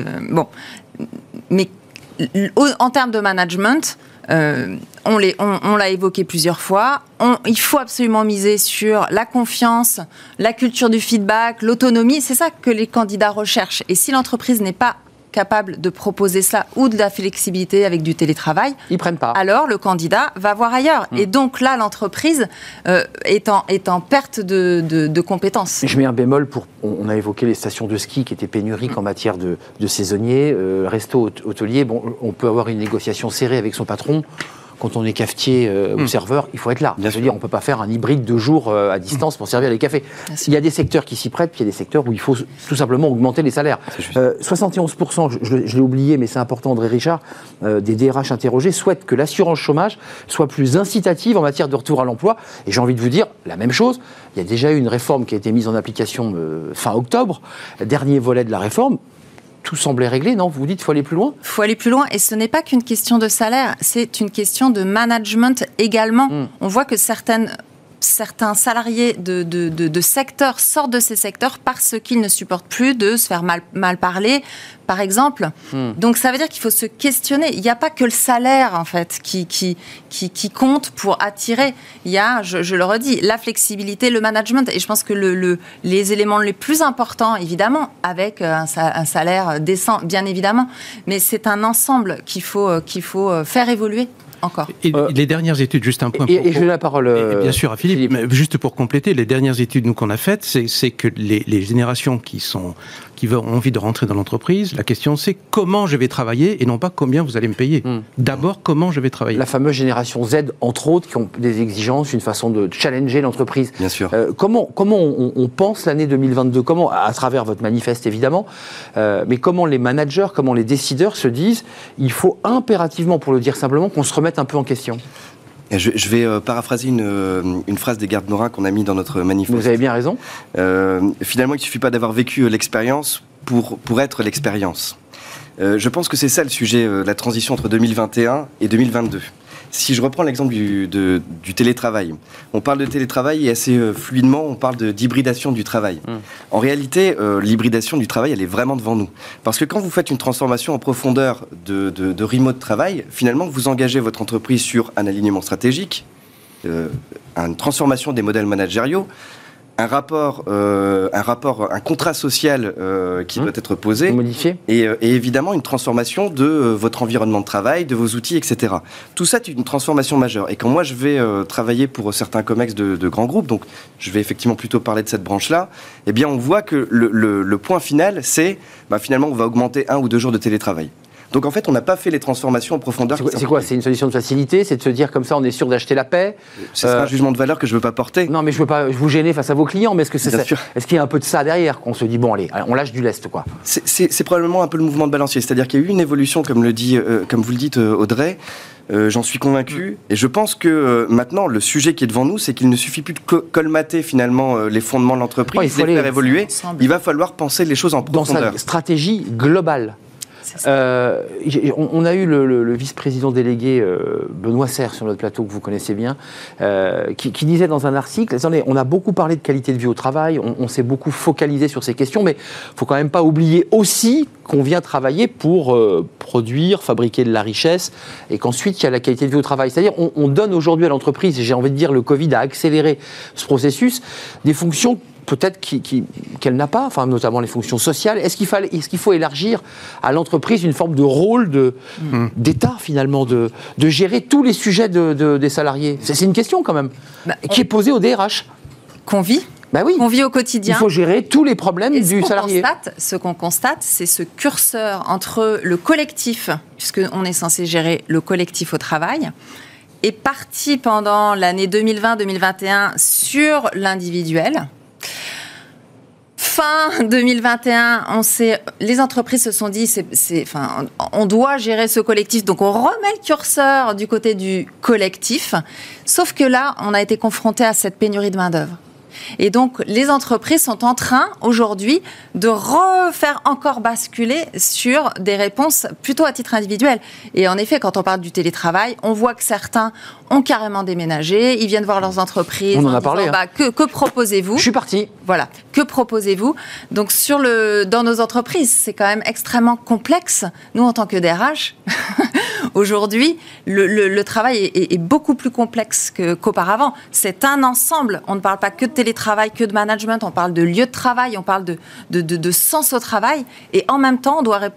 mais en termes de management, on l'a évoqué plusieurs fois, il faut absolument miser sur la confiance, la culture du feedback, l'autonomie, c'est ça que les candidats recherchent. Et si l'entreprise n'est pas capable de proposer cela ou de la flexibilité avec du télétravail, ils prennent pas. Alors le candidat va voir ailleurs. Et donc là, l'entreprise est en perte de compétences. Je mets un bémol on a évoqué les stations de ski qui étaient pénuriques en matière de saisonniers, resto hôtelier. Bon, on peut avoir une négociation serrée avec son patron. Quand on est cafetier ou serveur, il faut être là. On ne peut pas faire un hybride 2 jours à distance pour servir les cafés. Il y a des secteurs qui s'y prêtent, puis il y a des secteurs où il faut tout simplement augmenter les salaires. 71%, je l'ai oublié, mais c'est important, André Richard, des DRH interrogés souhaitent que l'assurance chômage soit plus incitative en matière de retour à l'emploi. Et j'ai envie de vous dire la même chose. Il y a déjà eu une réforme qui a été mise en application fin octobre. Dernier volet de la réforme. Tout semblait réglé, non? Vous vous dites qu'il faut aller plus loin? Il faut aller plus loin, et ce n'est pas qu'une question de salaire, c'est une question de management également. On voit que certains salariés de secteurs sortent de ces secteurs parce qu'ils ne supportent plus de se faire mal parler, par exemple. Donc ça veut dire qu'il faut se questionner. Il n'y a pas que le salaire, en fait, qui compte pour attirer. Il y a, je le redis, la flexibilité, le management. Et je pense que les éléments les plus importants, évidemment, avec un salaire décent, bien évidemment, mais c'est un ensemble qu'il faut faire évoluer. Encore. Et les dernières études, juste un point. Et je donne la parole bien sûr à Philippe. Mais juste pour compléter, les dernières études qu'on a faites, c'est que les générations qui ont envie de rentrer dans l'entreprise, la question c'est comment je vais travailler et non pas combien vous allez me payer. D'abord, comment je vais travailler. La fameuse génération Z, entre autres, qui ont des exigences, une façon de challenger l'entreprise. Bien sûr. Comment on pense l'année 2022? Comment, à travers votre manifeste évidemment, mais comment les managers, comment les décideurs se disent il faut impérativement, pour le dire simplement, qu'on se remette un peu en question? Je vais paraphraser une phrase des Gardes-Morin qu'on a mis dans notre manifeste. Vous avez bien raison. Finalement, il ne suffit pas d'avoir vécu l'expérience pour être l'expérience. Je pense que c'est ça le sujet, la transition entre 2021 et 2022. Si je reprends l'exemple du télétravail, on parle de télétravail et assez fluidement, on parle d'hybridation du travail. En réalité, l'hybridation du travail, elle est vraiment devant nous. Parce que quand vous faites une transformation en profondeur de remote travail, finalement, vous engagez votre entreprise sur un alignement stratégique, une transformation des modèles managériaux, un contrat social qui doit être posé, modifié, et évidemment une transformation de votre environnement de travail, de vos outils, etc. Tout ça, c'est une transformation majeure. Et quand moi je vais travailler pour certains COMEX de grands groupes, donc je vais effectivement plutôt parler de cette branche-là, eh bien on voit que le point final, c'est finalement on va augmenter 1 ou 2 jours de télétravail. Donc en fait, on n'a pas fait les transformations en profondeur. C'est quoi? C'est une solution de facilité? C'est de se dire comme ça, on est sûr d'acheter la paix? C'est un jugement de valeur que je ne veux pas porter. Non, mais je ne veux pas vous gêner face à vos clients, mais est-ce qu'il y a un peu de ça derrière, qu'on se dit, bon allez, on lâche du lest, quoi? C'est probablement un peu le mouvement de balancier. C'est-à-dire qu'il y a eu une évolution, comme vous le dites, Audrey. J'en suis convaincu. Et je pense que maintenant, le sujet qui est devant nous, c'est qu'il ne suffit plus de colmater finalement les fondements de l'entreprise, les faire évoluer. Il va falloir penser les choses en profondeur. Dans sa stratégie globale. On a eu le vice-président délégué Benoît Serre sur notre plateau, que vous connaissez bien, qui disait dans un article, attendez, on a beaucoup parlé de qualité de vie au travail, on s'est beaucoup focalisé sur ces questions, mais il ne faut quand même pas oublier aussi qu'on vient travailler pour produire, fabriquer de la richesse, et qu'ensuite il y a la qualité de vie au travail. C'est-à-dire on donne aujourd'hui à l'entreprise, et j'ai envie de dire le Covid a accéléré ce processus, des fonctions peut-être qu'elle n'a pas, enfin, notamment les fonctions sociales. Est-ce qu'il faut élargir à l'entreprise une forme de rôle d'État, finalement, de gérer tous les sujets des salariés? C'est une question, quand même, qui est posée au DRH. Qu'on vit. Oui. On vit au quotidien. Il faut gérer tous les problèmes du salarié. Ce qu'on constate, c'est ce curseur entre le collectif, puisqu'on est censé gérer le collectif au travail, est parti pendant l'année 2020-2021 sur l'individuel. Fin 2021, les entreprises se sont dit, on doit gérer ce collectif, donc on remet le curseur du côté du collectif. Sauf que là, on a été confronté à cette pénurie de main-d'œuvre. Et donc, les entreprises sont en train, aujourd'hui, de refaire encore basculer sur des réponses plutôt à titre individuel. Et en effet, quand on parle du télétravail, on voit que certains ont carrément déménagé, ils viennent voir leurs entreprises. On en a parlé. Que proposez-vous? Je suis parti. Voilà. Que proposez-vous? Donc, dans nos entreprises, c'est quand même extrêmement complexe. Nous, en tant que DRH, aujourd'hui, le travail est beaucoup plus complexe qu'auparavant. C'est un ensemble. On ne parle pas que de télétravail, que de management. On parle de lieu de travail, on parle de sens au travail. Et en même temps, on doit répondre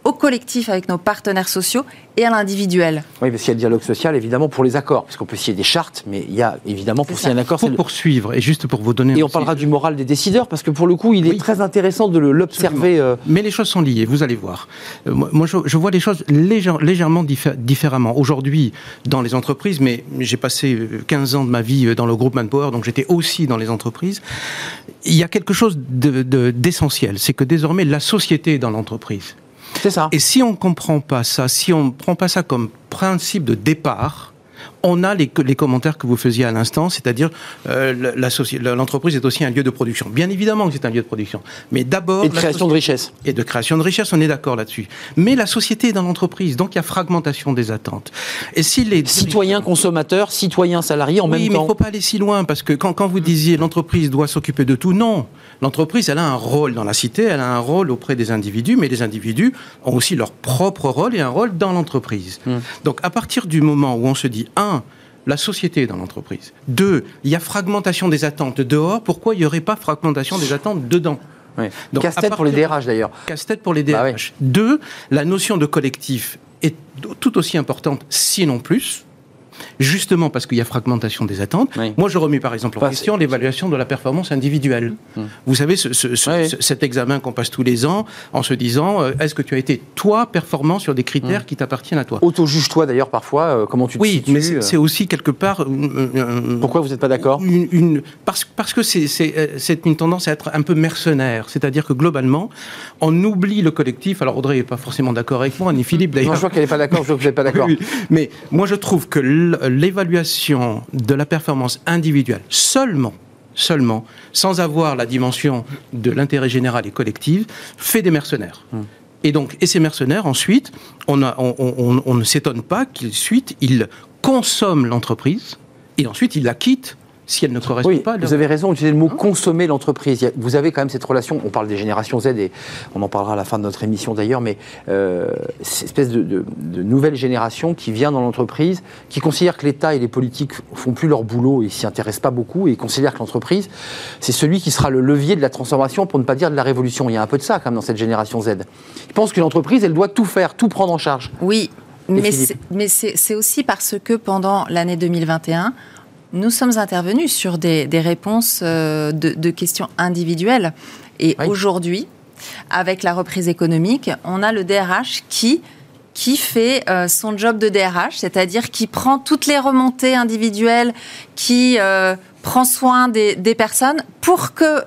au collectif avec nos partenaires sociaux et à l'individuel. Oui, parce qu'il y a le dialogue social, évidemment, pour les accords. Parce qu'on peut signer des chartes, mais il y a évidemment, pour signer un accord... Il faut poursuivre, et juste pour vous donner... Et on parlera du moral des décideurs, parce que pour le coup, il est très intéressant de l'observer. Mais les choses sont liées, vous allez voir. Moi, je vois les choses légèrement différemment. Aujourd'hui, dans les entreprises, mais j'ai passé 15 ans de ma vie dans le groupe Manpower, donc j'étais aussi dans les entreprises, il y a quelque chose d'essentiel. C'est que désormais, la société est dans l'entreprise. C'est ça. Et si on ne comprend pas ça, si on ne prend pas ça comme principe de départ, on a les commentaires que vous faisiez à l'instant, c'est-à-dire l'entreprise est aussi un lieu de production. Bien évidemment que c'est un lieu de production, mais d'abord... Et de création de richesse. Et de création de richesse, on est d'accord là-dessus. Mais la société est dans l'entreprise, donc il y a fragmentation des attentes. Et si les citoyens consommateurs, citoyens salariés en même temps... Oui, mais il ne faut pas aller si loin, parce que quand vous disiez l'entreprise doit s'occuper de tout, non. L'entreprise, elle a un rôle dans la cité, elle a un rôle auprès des individus, mais les individus ont aussi leur propre rôle et un rôle dans l'entreprise. Donc à partir du moment où on se dit, la société est dans l'entreprise. 2, il y a fragmentation des attentes dehors. Pourquoi il n'y aurait pas fragmentation des attentes dedans ? Oui. Casse-tête pour les DRH d'ailleurs. Casse-tête pour les DRH. Bah oui. 2, la notion de collectif est tout aussi importante, sinon plus. Justement parce qu'il y a fragmentation des attentes. Oui. Moi, je remets par exemple en question l'évaluation de la performance individuelle. Vous savez, cet examen qu'on passe tous les ans en se disant est-ce que tu as été, toi, performant sur des critères qui t'appartiennent à toi ? Auto-juge-toi d'ailleurs parfois, comment tu te situes. Oui, mais c'est aussi quelque part... Pourquoi vous n'êtes pas d'accord ? Parce que c'est une tendance à être un peu mercenaire. C'est-à-dire que globalement, on oublie le collectif. Alors Audrey n'est pas forcément d'accord avec moi, ni Philippe d'ailleurs. Non, je vois qu'elle n'est pas d'accord, je vois que vous n'êtes pas d'accord. Oui, mais moi je trouve que l'évaluation de la performance individuelle seulement, sans avoir la dimension de l'intérêt général et collectif, fait des mercenaires. Et ces mercenaires, ensuite, on ne s'étonne pas qu'ils consomment l'entreprise et ensuite ils la quittent si elle ne correspond pas. Vous avez raison d'utiliser le mot consommer l'entreprise. Vous avez quand même cette relation, on parle des générations Z et on en parlera à la fin de notre émission d'ailleurs, mais cette espèce de nouvelle génération qui vient dans l'entreprise, qui considère que l'État et les politiques font plus leur boulot et s'y intéressent pas beaucoup et considère que l'entreprise, c'est celui qui sera le levier de la transformation, pour ne pas dire de la révolution. Il y a un peu de ça quand même dans cette génération Z. Ils pensent que l'entreprise, elle doit tout faire, tout prendre en charge. Oui, mais c'est aussi parce que pendant l'année 2021, nous sommes intervenus sur des réponses de questions individuelles. Et aujourd'hui, avec la reprise économique, on a le DRH qui fait son job de DRH, c'est-à-dire qui prend toutes les remontées individuelles, qui prend soin des personnes pour que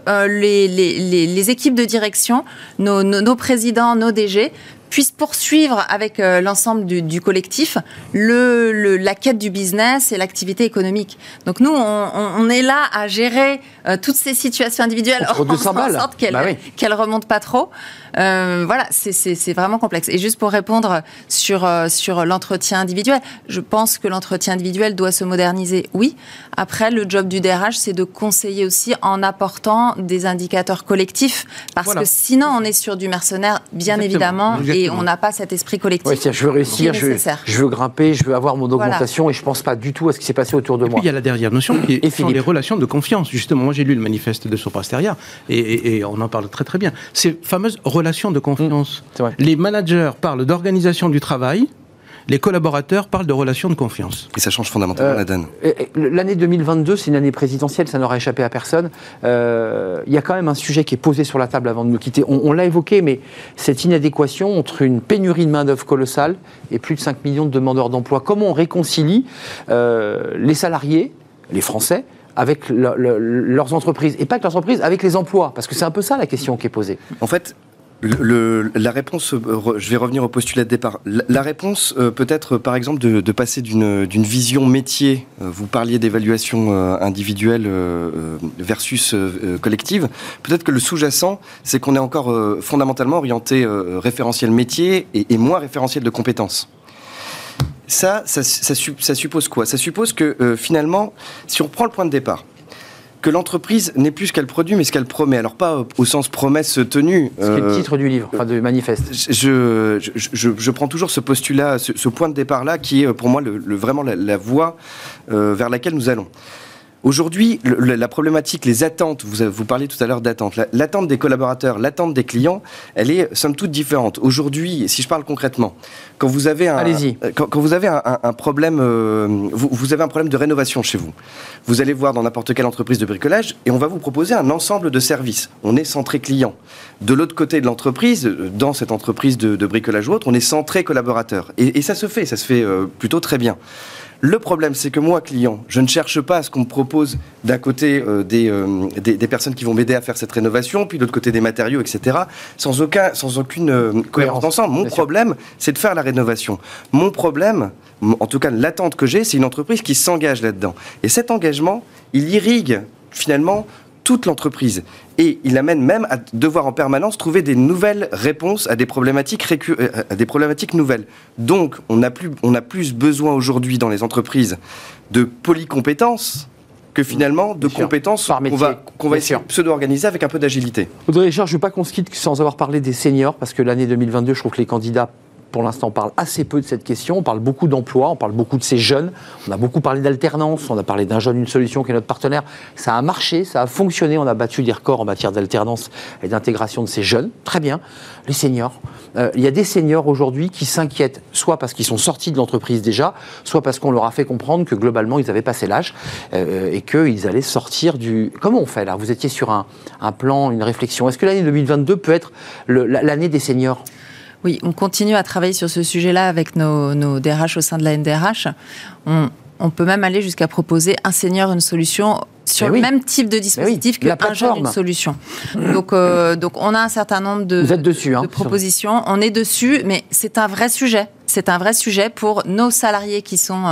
les équipes de direction, nos présidents, nos DG, puissent poursuivre avec l'ensemble du collectif la quête du business et l'activité économique. Donc nous, on est là à gérer toutes ces situations individuelles en sorte qu'elles remontent pas trop. Voilà, c'est vraiment complexe. Et juste pour répondre sur l'entretien individuel, je pense que l'entretien individuel doit se moderniser, oui. Après, le job du DRH, c'est de conseiller aussi en apportant des indicateurs collectifs, parce que sinon, on est sur du mercenaire, bien évidemment, et on n'a pas cet esprit collectif. Oui, je veux réussir, je veux grimper, je veux avoir mon augmentation, et je ne pense pas du tout à ce qui s'est passé autour de moi. Et puis, il y a la dernière notion qui sont les relations de confiance. Justement, moi, j'ai lu le manifeste de Sopra Steria, et on en parle très très bien. Ces fameuses relations de confiance. Les managers parlent d'organisation du travail, les collaborateurs parlent de relations de confiance. Et ça change fondamentalement la donne. L'année 2022, c'est une année présidentielle, ça n'aura échappé à personne. Il y a quand même un sujet qui est posé sur la table avant de nous quitter. On l'a évoqué, mais cette inadéquation entre une pénurie de main-d'œuvre colossale et plus de 5 millions de demandeurs d'emploi. Comment on réconcilie les salariés, les Français, avec leurs entreprises, et pas que leurs entreprises, avec les emplois, parce que c'est un peu ça la question qui est posée. En fait, la réponse, je vais revenir au postulat de départ. La réponse peut être, par exemple, de passer d'une vision métier. Vous parliez d'évaluation individuelle versus collective. Peut-être que le sous-jacent, c'est qu'on est encore fondamentalement orienté référentiel métier et moins référentiel de compétences. Ça suppose quoi ? Ça suppose que finalement, si on prend le point de départ, que l'entreprise n'est plus ce qu'elle produit, mais ce qu'elle promet. Alors pas au sens promesse tenue. Ce qui est le titre du livre, enfin du manifeste. Je prends toujours ce postulat, ce point de départ-là, qui est pour moi vraiment la voie vers laquelle nous allons. Aujourd'hui, la problématique, les attentes, vous parliez tout à l'heure d'attente, l'attente des collaborateurs, l'attente des clients, elle est somme toute différente. Aujourd'hui, si je parle concrètement, quand vous avez un problème, vous avez un problème de rénovation chez vous, vous allez voir dans n'importe quelle entreprise de bricolage et on va vous proposer un ensemble de services. On est centré client. De l'autre côté de l'entreprise, dans cette entreprise de bricolage ou autre, on est centré collaborateur. Et ça se fait plutôt très bien. Le problème, c'est que moi, client, je ne cherche pas à ce qu'on me propose d'un côté des personnes qui vont m'aider à faire cette rénovation, puis de l'autre côté des matériaux, etc., sans aucune cohérence d'ensemble. Mon problème, c'est de faire la rénovation. Mon problème, en tout cas l'attente que j'ai, c'est une entreprise qui s'engage là-dedans. Et cet engagement, il irrigue finalement toute l'entreprise. Et il amène même à devoir en permanence trouver des nouvelles réponses à des problématiques nouvelles. Donc, on a plus besoin aujourd'hui dans les entreprises de polycompétences que finalement de compétences qu'on va essayer de pseudo-organiser avec un peu d'agilité. Audrey Richard, je ne veux pas qu'on se quitte sans avoir parlé des seniors, parce que l'année 2022, je trouve que les candidats pour l'instant, parle assez peu de cette question. On parle beaucoup d'emploi, on parle beaucoup de ces jeunes. On a beaucoup parlé d'alternance, on a parlé d'un jeune, une solution qui est notre partenaire. Ça a marché, ça a fonctionné. On a battu des records en matière d'alternance et d'intégration de ces jeunes. Très bien. Les seniors. Il y a des seniors aujourd'hui qui s'inquiètent, soit parce qu'ils sont sortis de l'entreprise déjà, soit parce qu'on leur a fait comprendre que globalement, ils avaient passé l'âge et qu'ils allaient sortir du... Comment on fait là ? Vous étiez sur un plan, une réflexion. Est-ce que l'année 2022 peut être l'année des seniors ? Oui, on continue à travailler sur ce sujet-là avec nos DRH au sein de la NDRH. On peut même aller jusqu'à proposer un senior, une solution sur le même type de dispositif qu'un jeune, une solution. Donc, on a un certain nombre de propositions. On est dessus, mais c'est un vrai sujet. C'est un vrai sujet pour nos salariés qui sont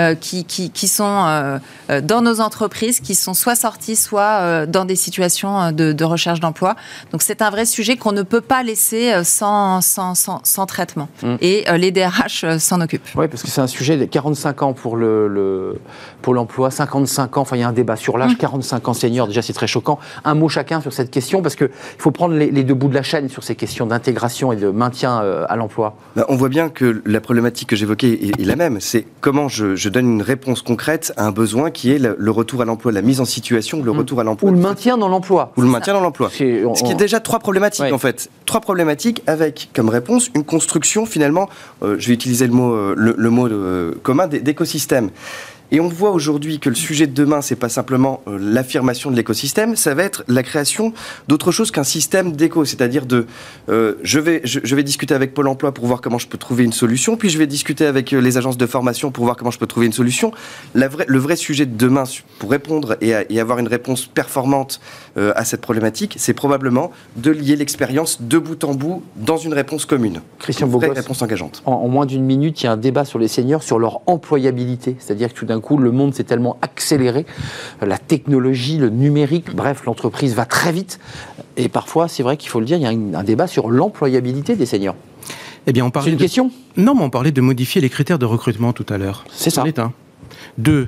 dans nos entreprises, qui sont soit sortis, soit dans des situations de recherche d'emploi. Donc c'est un vrai sujet qu'on ne peut pas laisser sans traitement. Et les DRH s'en occupent. Oui, parce que c'est un sujet de 45 ans pour l'emploi, 55 ans, enfin il y a un débat sur l'âge, 45 ans senior, déjà c'est très choquant. Un mot chacun sur cette question, parce qu'il faut prendre les deux bouts de la chaîne sur ces questions d'intégration et de maintien à l'emploi. On voit bien que la problématique que j'évoquais est la même. C'est comment je donne une réponse concrète à un besoin qui est le retour à l'emploi, la mise en situation, le retour à l'emploi. Ou le maintien dans l'emploi. Ou le maintien dans l'emploi. Ce qui est déjà trois problématiques en fait. Trois problématiques avec comme réponse une construction finalement, je vais utiliser le mot commun, d'écosystème. Et on voit aujourd'hui que le sujet de demain, c'est pas simplement l'affirmation de l'écosystème, ça va être la création d'autre chose qu'un système d'éco, c'est-à-dire je vais discuter avec Pôle emploi pour voir comment je peux trouver une solution, puis je vais discuter avec les agences de formation pour voir comment je peux trouver une solution. Le vrai sujet de demain, pour répondre et avoir une réponse performante à cette problématique, c'est probablement de lier l'expérience de bout en bout dans une réponse commune. Christian Bogos, une réponse engageante. En moins d'une minute, il y a un débat sur les seniors, sur leur employabilité, c'est-à-dire que tout d'un coup, le monde s'est tellement accéléré, la technologie, le numérique, bref, l'entreprise va très vite. Et parfois, c'est vrai qu'il faut le dire, il y a un débat sur l'employabilité des seniors. Eh bien, c'est une question ? Non, mais on parlait de modifier les critères de recrutement tout à l'heure. C'est ça. Deux,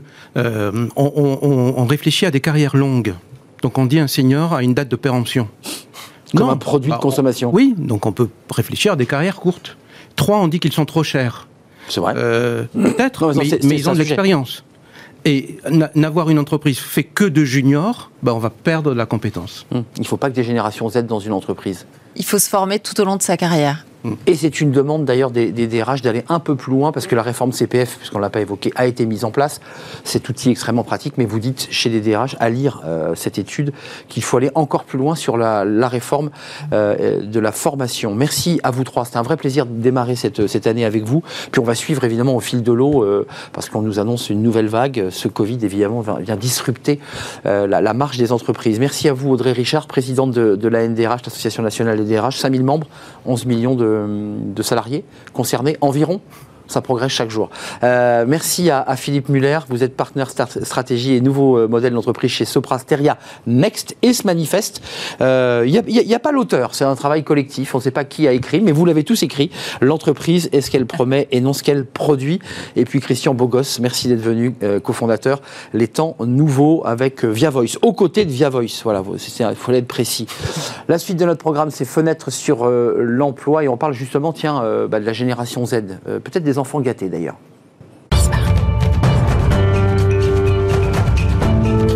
on réfléchit à des carrières longues. Donc on dit un senior a une date de péremption. Comme un produit de consommation. Oui, donc on peut réfléchir à des carrières courtes. Trois, on dit qu'ils sont trop chers. C'est vrai. Peut-être, mais ils ont de l'expérience. Et n'avoir une entreprise fait que de juniors, on va perdre de la compétence. Il ne faut pas que des générations Z dans une entreprise. Il faut se former tout au long de sa carrière. Et c'est une demande d'ailleurs des DRH d'aller un peu plus loin, parce que la réforme CPF, puisqu'on ne l'a pas évoqué, a été mise en place. Cet outil extrêmement pratique, mais vous dites chez les DRH, à lire cette étude, qu'il faut aller encore plus loin sur la réforme de la formation. Merci à vous trois, c'était un vrai plaisir de démarrer cette année avec vous. Puis on va suivre évidemment au fil de l'eau, parce qu'on nous annonce une nouvelle vague. Ce Covid évidemment vient disrupter la marche des entreprises. Merci à vous Audrey Richard, présidente de la NDRH, l'Association nationale des DRH, 5000 membres, 11 millions de salariés concernés environ. Ça progresse chaque jour. Merci à Philippe Muller. Vous êtes partenaire stratégie et nouveau modèle d'entreprise chez Sopra Steria Next et se manifeste. Il n'y a pas l'auteur, c'est un travail collectif. On ne sait pas qui a écrit, mais vous l'avez tous écrit. L'entreprise est ce qu'elle promet et non ce qu'elle produit. Et puis Christian Bogos, merci d'être venu, cofondateur. Les temps nouveaux avec Via Voice, aux côtés de Via Voice. Voilà, il faut être précis. La suite de notre programme, c'est Fenêtre sur l'emploi et on parle justement, de la génération Z. Peut-être des enfants gâtés d'ailleurs.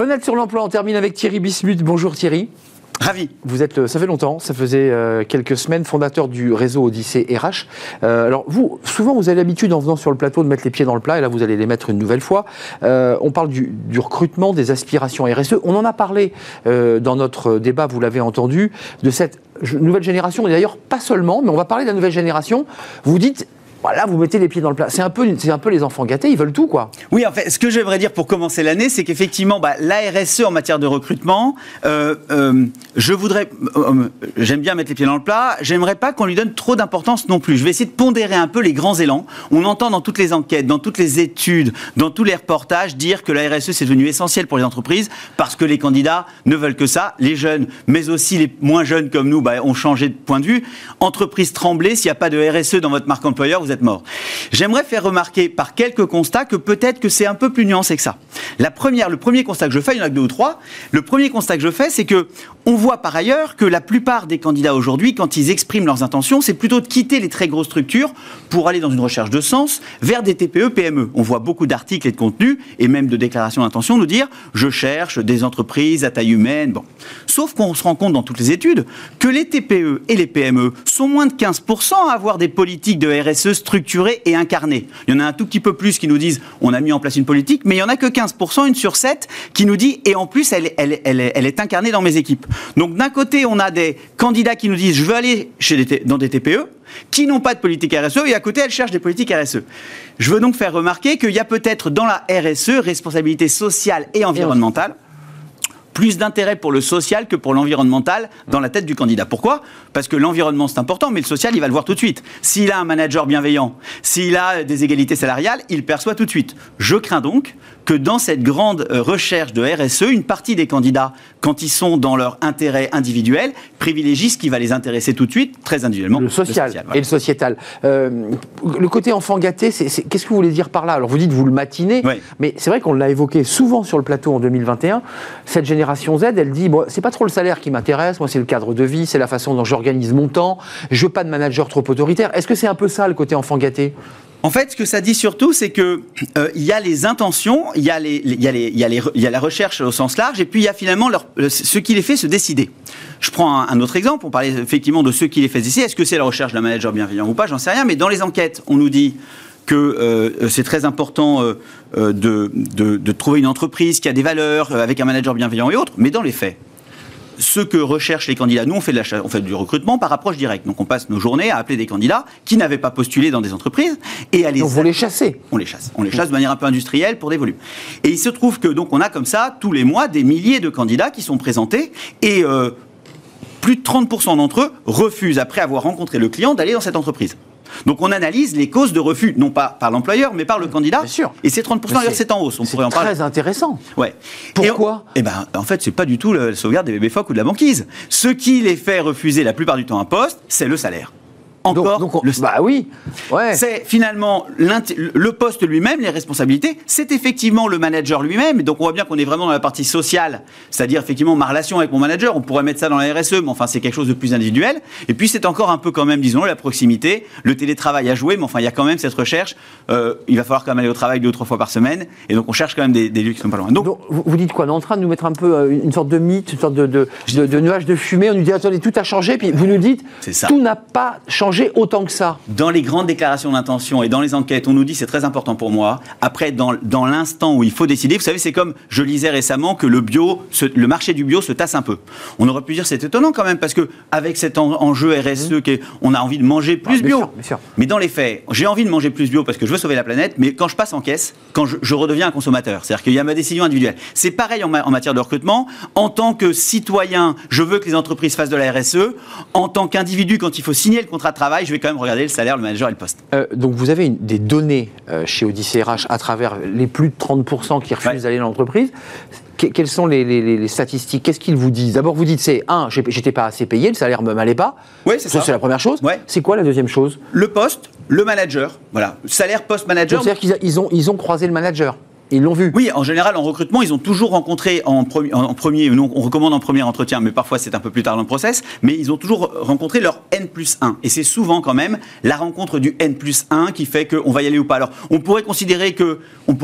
Fenêtre sur l'emploi, on termine avec Thierry Bismuth. Bonjour Thierry. Ravi. Vous êtes, ça fait longtemps, ça faisait quelques semaines, fondateur du réseau Odyssée RH. Alors vous, souvent vous avez l'habitude en venant sur le plateau de mettre les pieds dans le plat, et là vous allez les mettre une nouvelle fois. On parle du recrutement, des aspirations RSE. On en a parlé dans notre débat, vous l'avez entendu, de cette nouvelle génération, et d'ailleurs pas seulement, mais on va parler de la nouvelle génération. Vous dites... Voilà, vous mettez les pieds dans le plat. C'est un peu les enfants gâtés, ils veulent tout, quoi. Oui, en fait, ce que j'aimerais dire pour commencer l'année, c'est qu'effectivement, la RSE en matière de recrutement, j'aime bien mettre les pieds dans le plat, j'aimerais pas qu'on lui donne trop d'importance non plus. Je vais essayer de pondérer un peu les grands élans. On entend dans toutes les enquêtes, dans toutes les études, dans tous les reportages, dire que la RSE, c'est devenu essentiel pour les entreprises parce que les candidats ne veulent que ça. Les jeunes, mais aussi les moins jeunes comme nous, ont changé de point de vue. Entreprise tremblée, s'il n'y a pas de RSE dans votre marque employeur, vous êtes mort. J'aimerais faire remarquer par quelques constats que peut-être que c'est un peu plus nuancé que ça. Le premier constat que je fais, il y en a que 2 ou 3, le premier constat que je fais, c'est que on voit par ailleurs que la plupart des candidats aujourd'hui, quand ils expriment leurs intentions, c'est plutôt de quitter les très grosses structures pour aller dans une recherche de sens vers des TPE, PME. On voit beaucoup d'articles et de contenus, et même de déclarations d'intention, nous dire « je cherche des entreprises à taille humaine ». Bon. Sauf qu'on se rend compte dans toutes les études que les TPE et les PME sont moins de 15% à avoir des politiques de RSE structurées et incarnées. Il y en a un tout petit peu plus qui nous disent « on a mis en place une politique », mais il n'y en a que 15%, 1 sur 7, qui nous dit « et en plus, elle est incarnée dans mes équipes ». Donc d'un côté, on a des candidats qui nous disent « je veux aller dans des TPE », qui n'ont pas de politique RSE, et à côté, elles cherchent des politiques RSE. Je veux donc faire remarquer qu'il y a peut-être dans la RSE, responsabilité sociale et environnementale, plus d'intérêt pour le social que pour l'environnemental dans la tête du candidat. Pourquoi ? Parce que l'environnement, c'est important, mais le social, il va le voir tout de suite. S'il a un manager bienveillant, s'il a des égalités salariales, il le perçoit tout de suite. Je crains donc que dans cette grande recherche de RSE, une partie des candidats, quand ils sont dans leur intérêt individuel, privilégient ce qui va les intéresser tout de suite, très individuellement. Le social voilà. Et le sociétal. Le côté enfant gâté, qu'est-ce que vous voulez dire par là ? Alors vous dites, vous le matinez, oui. Mais c'est vrai qu'on l'a évoqué souvent sur le plateau en 2021. Cette génération Z, elle dit, c'est pas trop le salaire qui m'intéresse, moi c'est le cadre de vie, c'est la façon dont j'organise mon temps, je veux pas de manager trop autoritaire. Est-ce que c'est un peu ça le côté enfant gâté ? En fait, ce que ça dit surtout, c'est que il y a les intentions, il y a la recherche au sens large, et puis il y a finalement ce qui les fait se décider. Je prends un autre exemple. On parlait effectivement de ceux qui les fait se décider. Est-ce que c'est la recherche d'un manager bienveillant ou pas ? J'en sais rien. Mais dans les enquêtes, on nous dit que c'est très important de trouver une entreprise qui a des valeurs, avec un manager bienveillant et autres. Mais dans les faits, ce que recherchent les candidats, nous on fait du recrutement par approche directe. Donc on passe nos journées à appeler des candidats qui n'avaient pas postulé dans des entreprises et à les... Donc vous les chassez ? On les chasse de manière un peu industrielle pour des volumes. Et il se trouve que donc on a comme ça tous les mois des milliers de candidats qui sont présentés et plus de 30% d'entre eux refusent après avoir rencontré le client d'aller dans cette entreprise. Donc on analyse les causes de refus, non pas par l'employeur, mais par le candidat. Bien sûr. Et ces 30%, d'ailleurs, c'est en hausse. On pourrait en parler. C'est très intéressant. Ouais. Pourquoi ? En fait, c'est pas du tout la sauvegarde des bébés phoques ou de la banquise. Ce qui les fait refuser la plupart du temps un poste, c'est le salaire. Oui. Ouais. C'est finalement le poste lui-même, les responsabilités. C'est effectivement le manager lui-même. Et donc on voit bien qu'on est vraiment dans la partie sociale, c'est-à-dire effectivement ma relation avec mon manager. On pourrait mettre ça dans la RSE, mais enfin c'est quelque chose de plus individuel. Et puis c'est encore un peu quand même, disons, la proximité, le télétravail à jouer. Mais enfin il y a quand même cette recherche. Il va falloir quand même aller au travail 2 ou 3 fois par semaine. Et donc on cherche quand même des lieux qui sont pas loin. Donc vous dites quoi ? On est en train de nous mettre un peu une sorte de mythe, une sorte de nuage de fumée. On nous dit attendez, tout a changé. Puis vous nous dites tout n'a pas changé autant que ça. Dans les grandes déclarations d'intention et dans les enquêtes, on nous dit c'est très important pour moi. Après, dans l'instant où il faut décider, vous savez, c'est comme je lisais récemment que le marché du bio se tasse un peu. On aurait pu dire c'est étonnant quand même parce que avec cet enjeu RSE, on a envie de manger plus bio. Bien sûr. Mais dans les faits, j'ai envie de manger plus bio parce que je veux sauver la planète. Mais quand je passe en caisse, quand je redeviens un consommateur, c'est-à-dire qu'il y a ma décision individuelle. C'est pareil en matière de recrutement. En tant que citoyen, je veux que les entreprises fassent de la RSE. En tant qu'individu, quand il faut signer le contrat de travail, je vais quand même regarder le salaire, le manager et le poste. Donc vous avez des données chez Odyssée RH à travers les plus de 30% qui refusent d'aller dans l'entreprise. Quelles sont les statistiques ? Qu'est-ce qu'ils vous disent ? D'abord, vous dites j'étais pas assez payé, le salaire ne m'allait pas. Oui, c'est ça. C'est la première chose. Ouais. C'est quoi la deuxième chose ? Le poste, le manager. Voilà. Salaire post-manager. Donc, c'est-à-dire qu'ils ont croisé le manager. Ils l'ont vu. Oui, en général, en recrutement, ils ont toujours rencontré en premier, nous, on recommande en premier entretien, mais parfois c'est un peu plus tard dans le process, mais ils ont toujours rencontré leur N+1. Et c'est souvent quand même la rencontre du N+1 qui fait qu'on va y aller ou pas. Alors, on pourrait considérer que,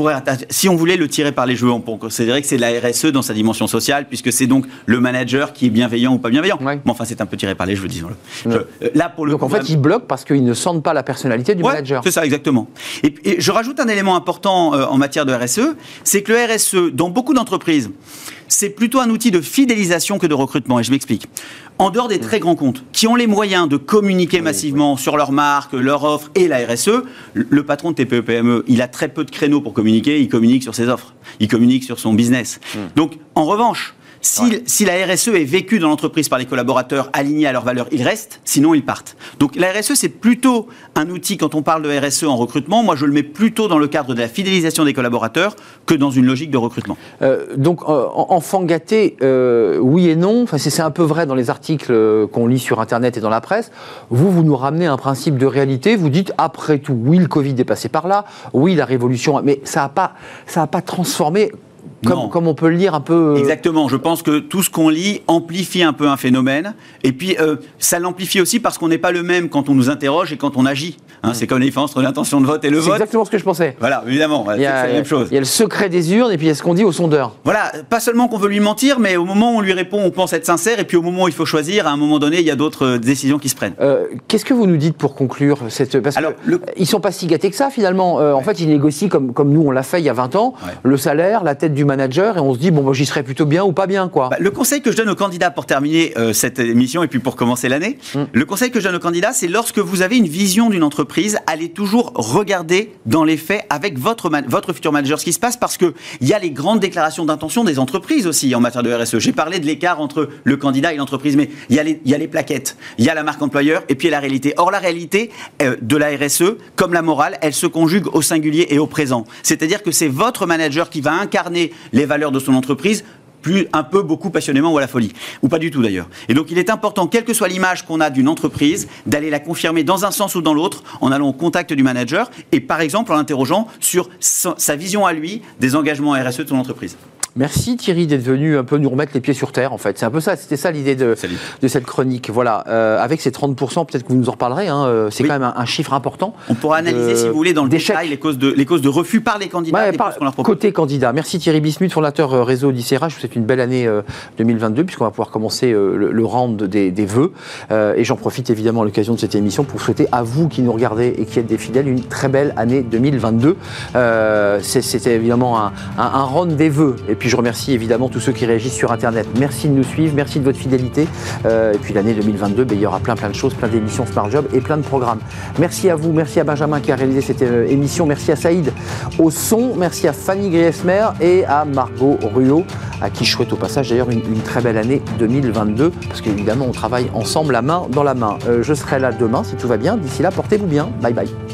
si on voulait le tirer par les cheveux, on pourrait considérer que c'est la RSE dans sa dimension sociale, puisque c'est donc le manager qui est bienveillant ou pas bienveillant. Ouais. Mais enfin, c'est un peu tiré par les cheveux, disons-le. Là, pour le donc coup, en fait, ils bloquent parce qu'ils ne sentent pas la personnalité du manager. C'est ça, exactement. Et je rajoute un élément important en matière de RSE, c'est que le RSE, dans beaucoup d'entreprises, c'est plutôt un outil de fidélisation que de recrutement, et je m'explique. En dehors des très grands comptes, qui ont les moyens de communiquer massivement sur leur marque, leur offre et la RSE, le patron de TPE-PME, il a très peu de créneaux pour communiquer, il communique sur ses offres, il communique sur son business. Donc, en revanche, si la RSE est vécue dans l'entreprise par les collaborateurs alignés à leurs valeurs, ils restent, sinon ils partent. Donc la RSE, c'est plutôt un outil, quand on parle de RSE en recrutement, moi je le mets plutôt dans le cadre de la fidélisation des collaborateurs que dans une logique de recrutement. Donc enfant gâté, oui et non, enfin, c'est un peu vrai dans les articles qu'on lit sur Internet et dans la presse. Vous nous ramenez un principe de réalité, vous dites après tout, oui le Covid est passé par là, oui la révolution, mais ça n'a pas transformé... Comme on peut le lire un peu... Exactement, je pense que tout ce qu'on lit amplifie un peu un phénomène, et puis ça l'amplifie aussi parce qu'on n'est pas le même quand on nous interroge et quand on agit. C'est comme la différence entre l'intention de vote et le vote. C'est exactement ce que je pensais. Voilà, évidemment, c'est la même chose. Il y a le secret des urnes et puis il y a ce qu'on dit au sondeur. Voilà, pas seulement qu'on veut lui mentir, mais au moment où on lui répond, on pense être sincère, et puis au moment où il faut choisir, à un moment donné, il y a d'autres décisions qui se prennent. Qu'est-ce que vous nous dites pour conclure parce qu'ils ne sont pas si gâtés que ça finalement. En fait, ils négocient comme nous on l'a fait il y a 20 ans, le salaire, la tête du manager, et on se dit j'y serais plutôt bien ou pas bien quoi. Le conseil que je donne aux candidats pour terminer cette émission et puis pour commencer l'année, le conseil que je donne aux candidats, c'est lorsque vous avez une vision d'une entreprise, allez toujours regarder dans les faits avec votre futur manager ce qui se passe, parce que il y a les grandes déclarations d'intention des entreprises aussi en matière de RSE. J'ai parlé de l'écart entre le candidat et l'entreprise, mais il y a les plaquettes, il y a la marque employeur et puis il y a la réalité. Or la réalité de la RSE, comme la morale, elle se conjugue au singulier et au présent. C'est-à-dire que c'est votre manager qui va incarner les valeurs de son entreprise, beaucoup passionnément ou à la folie, ou pas du tout d'ailleurs. Et donc il est important, quelle que soit l'image qu'on a d'une entreprise, d'aller la confirmer dans un sens ou dans l'autre, en allant au contact du manager et par exemple en l'interrogeant sur sa vision à lui des engagements RSE de son entreprise. Merci Thierry d'être venu un peu nous remettre les pieds sur terre en fait. C'est un peu ça, c'était ça l'idée de cette chronique. Voilà, avec ces 30%, peut-être que vous nous en reparlerez, c'est quand même un chiffre important. On pourra analyser si vous voulez dans le détail les causes de refus par les candidats. Côté candidat. Merci Thierry Bismuth, fondateur réseau d'ICRH. Je vous souhaite une belle année 2022 puisqu'on va pouvoir commencer le round des vœux. Et j'en profite évidemment à l'occasion de cette émission pour souhaiter à vous qui nous regardez et qui êtes des fidèles une très belle année 2022. C'était évidemment un round des vœux. Et puis je remercie évidemment tous ceux qui réagissent sur Internet. Merci de nous suivre, merci de votre fidélité. Et puis l'année 2022, il y aura plein de choses, plein d'émissions Smart Job et plein de programmes. Merci à vous, merci à Benjamin qui a réalisé cette émission, merci à Saïd au son, merci à Fanny Griesmer et à Margot Ruot, à qui je souhaite au passage d'ailleurs une très belle année 2022, parce qu'évidemment on travaille ensemble la main dans la main. Je serai là demain si tout va bien. D'ici là, portez-vous bien. Bye bye.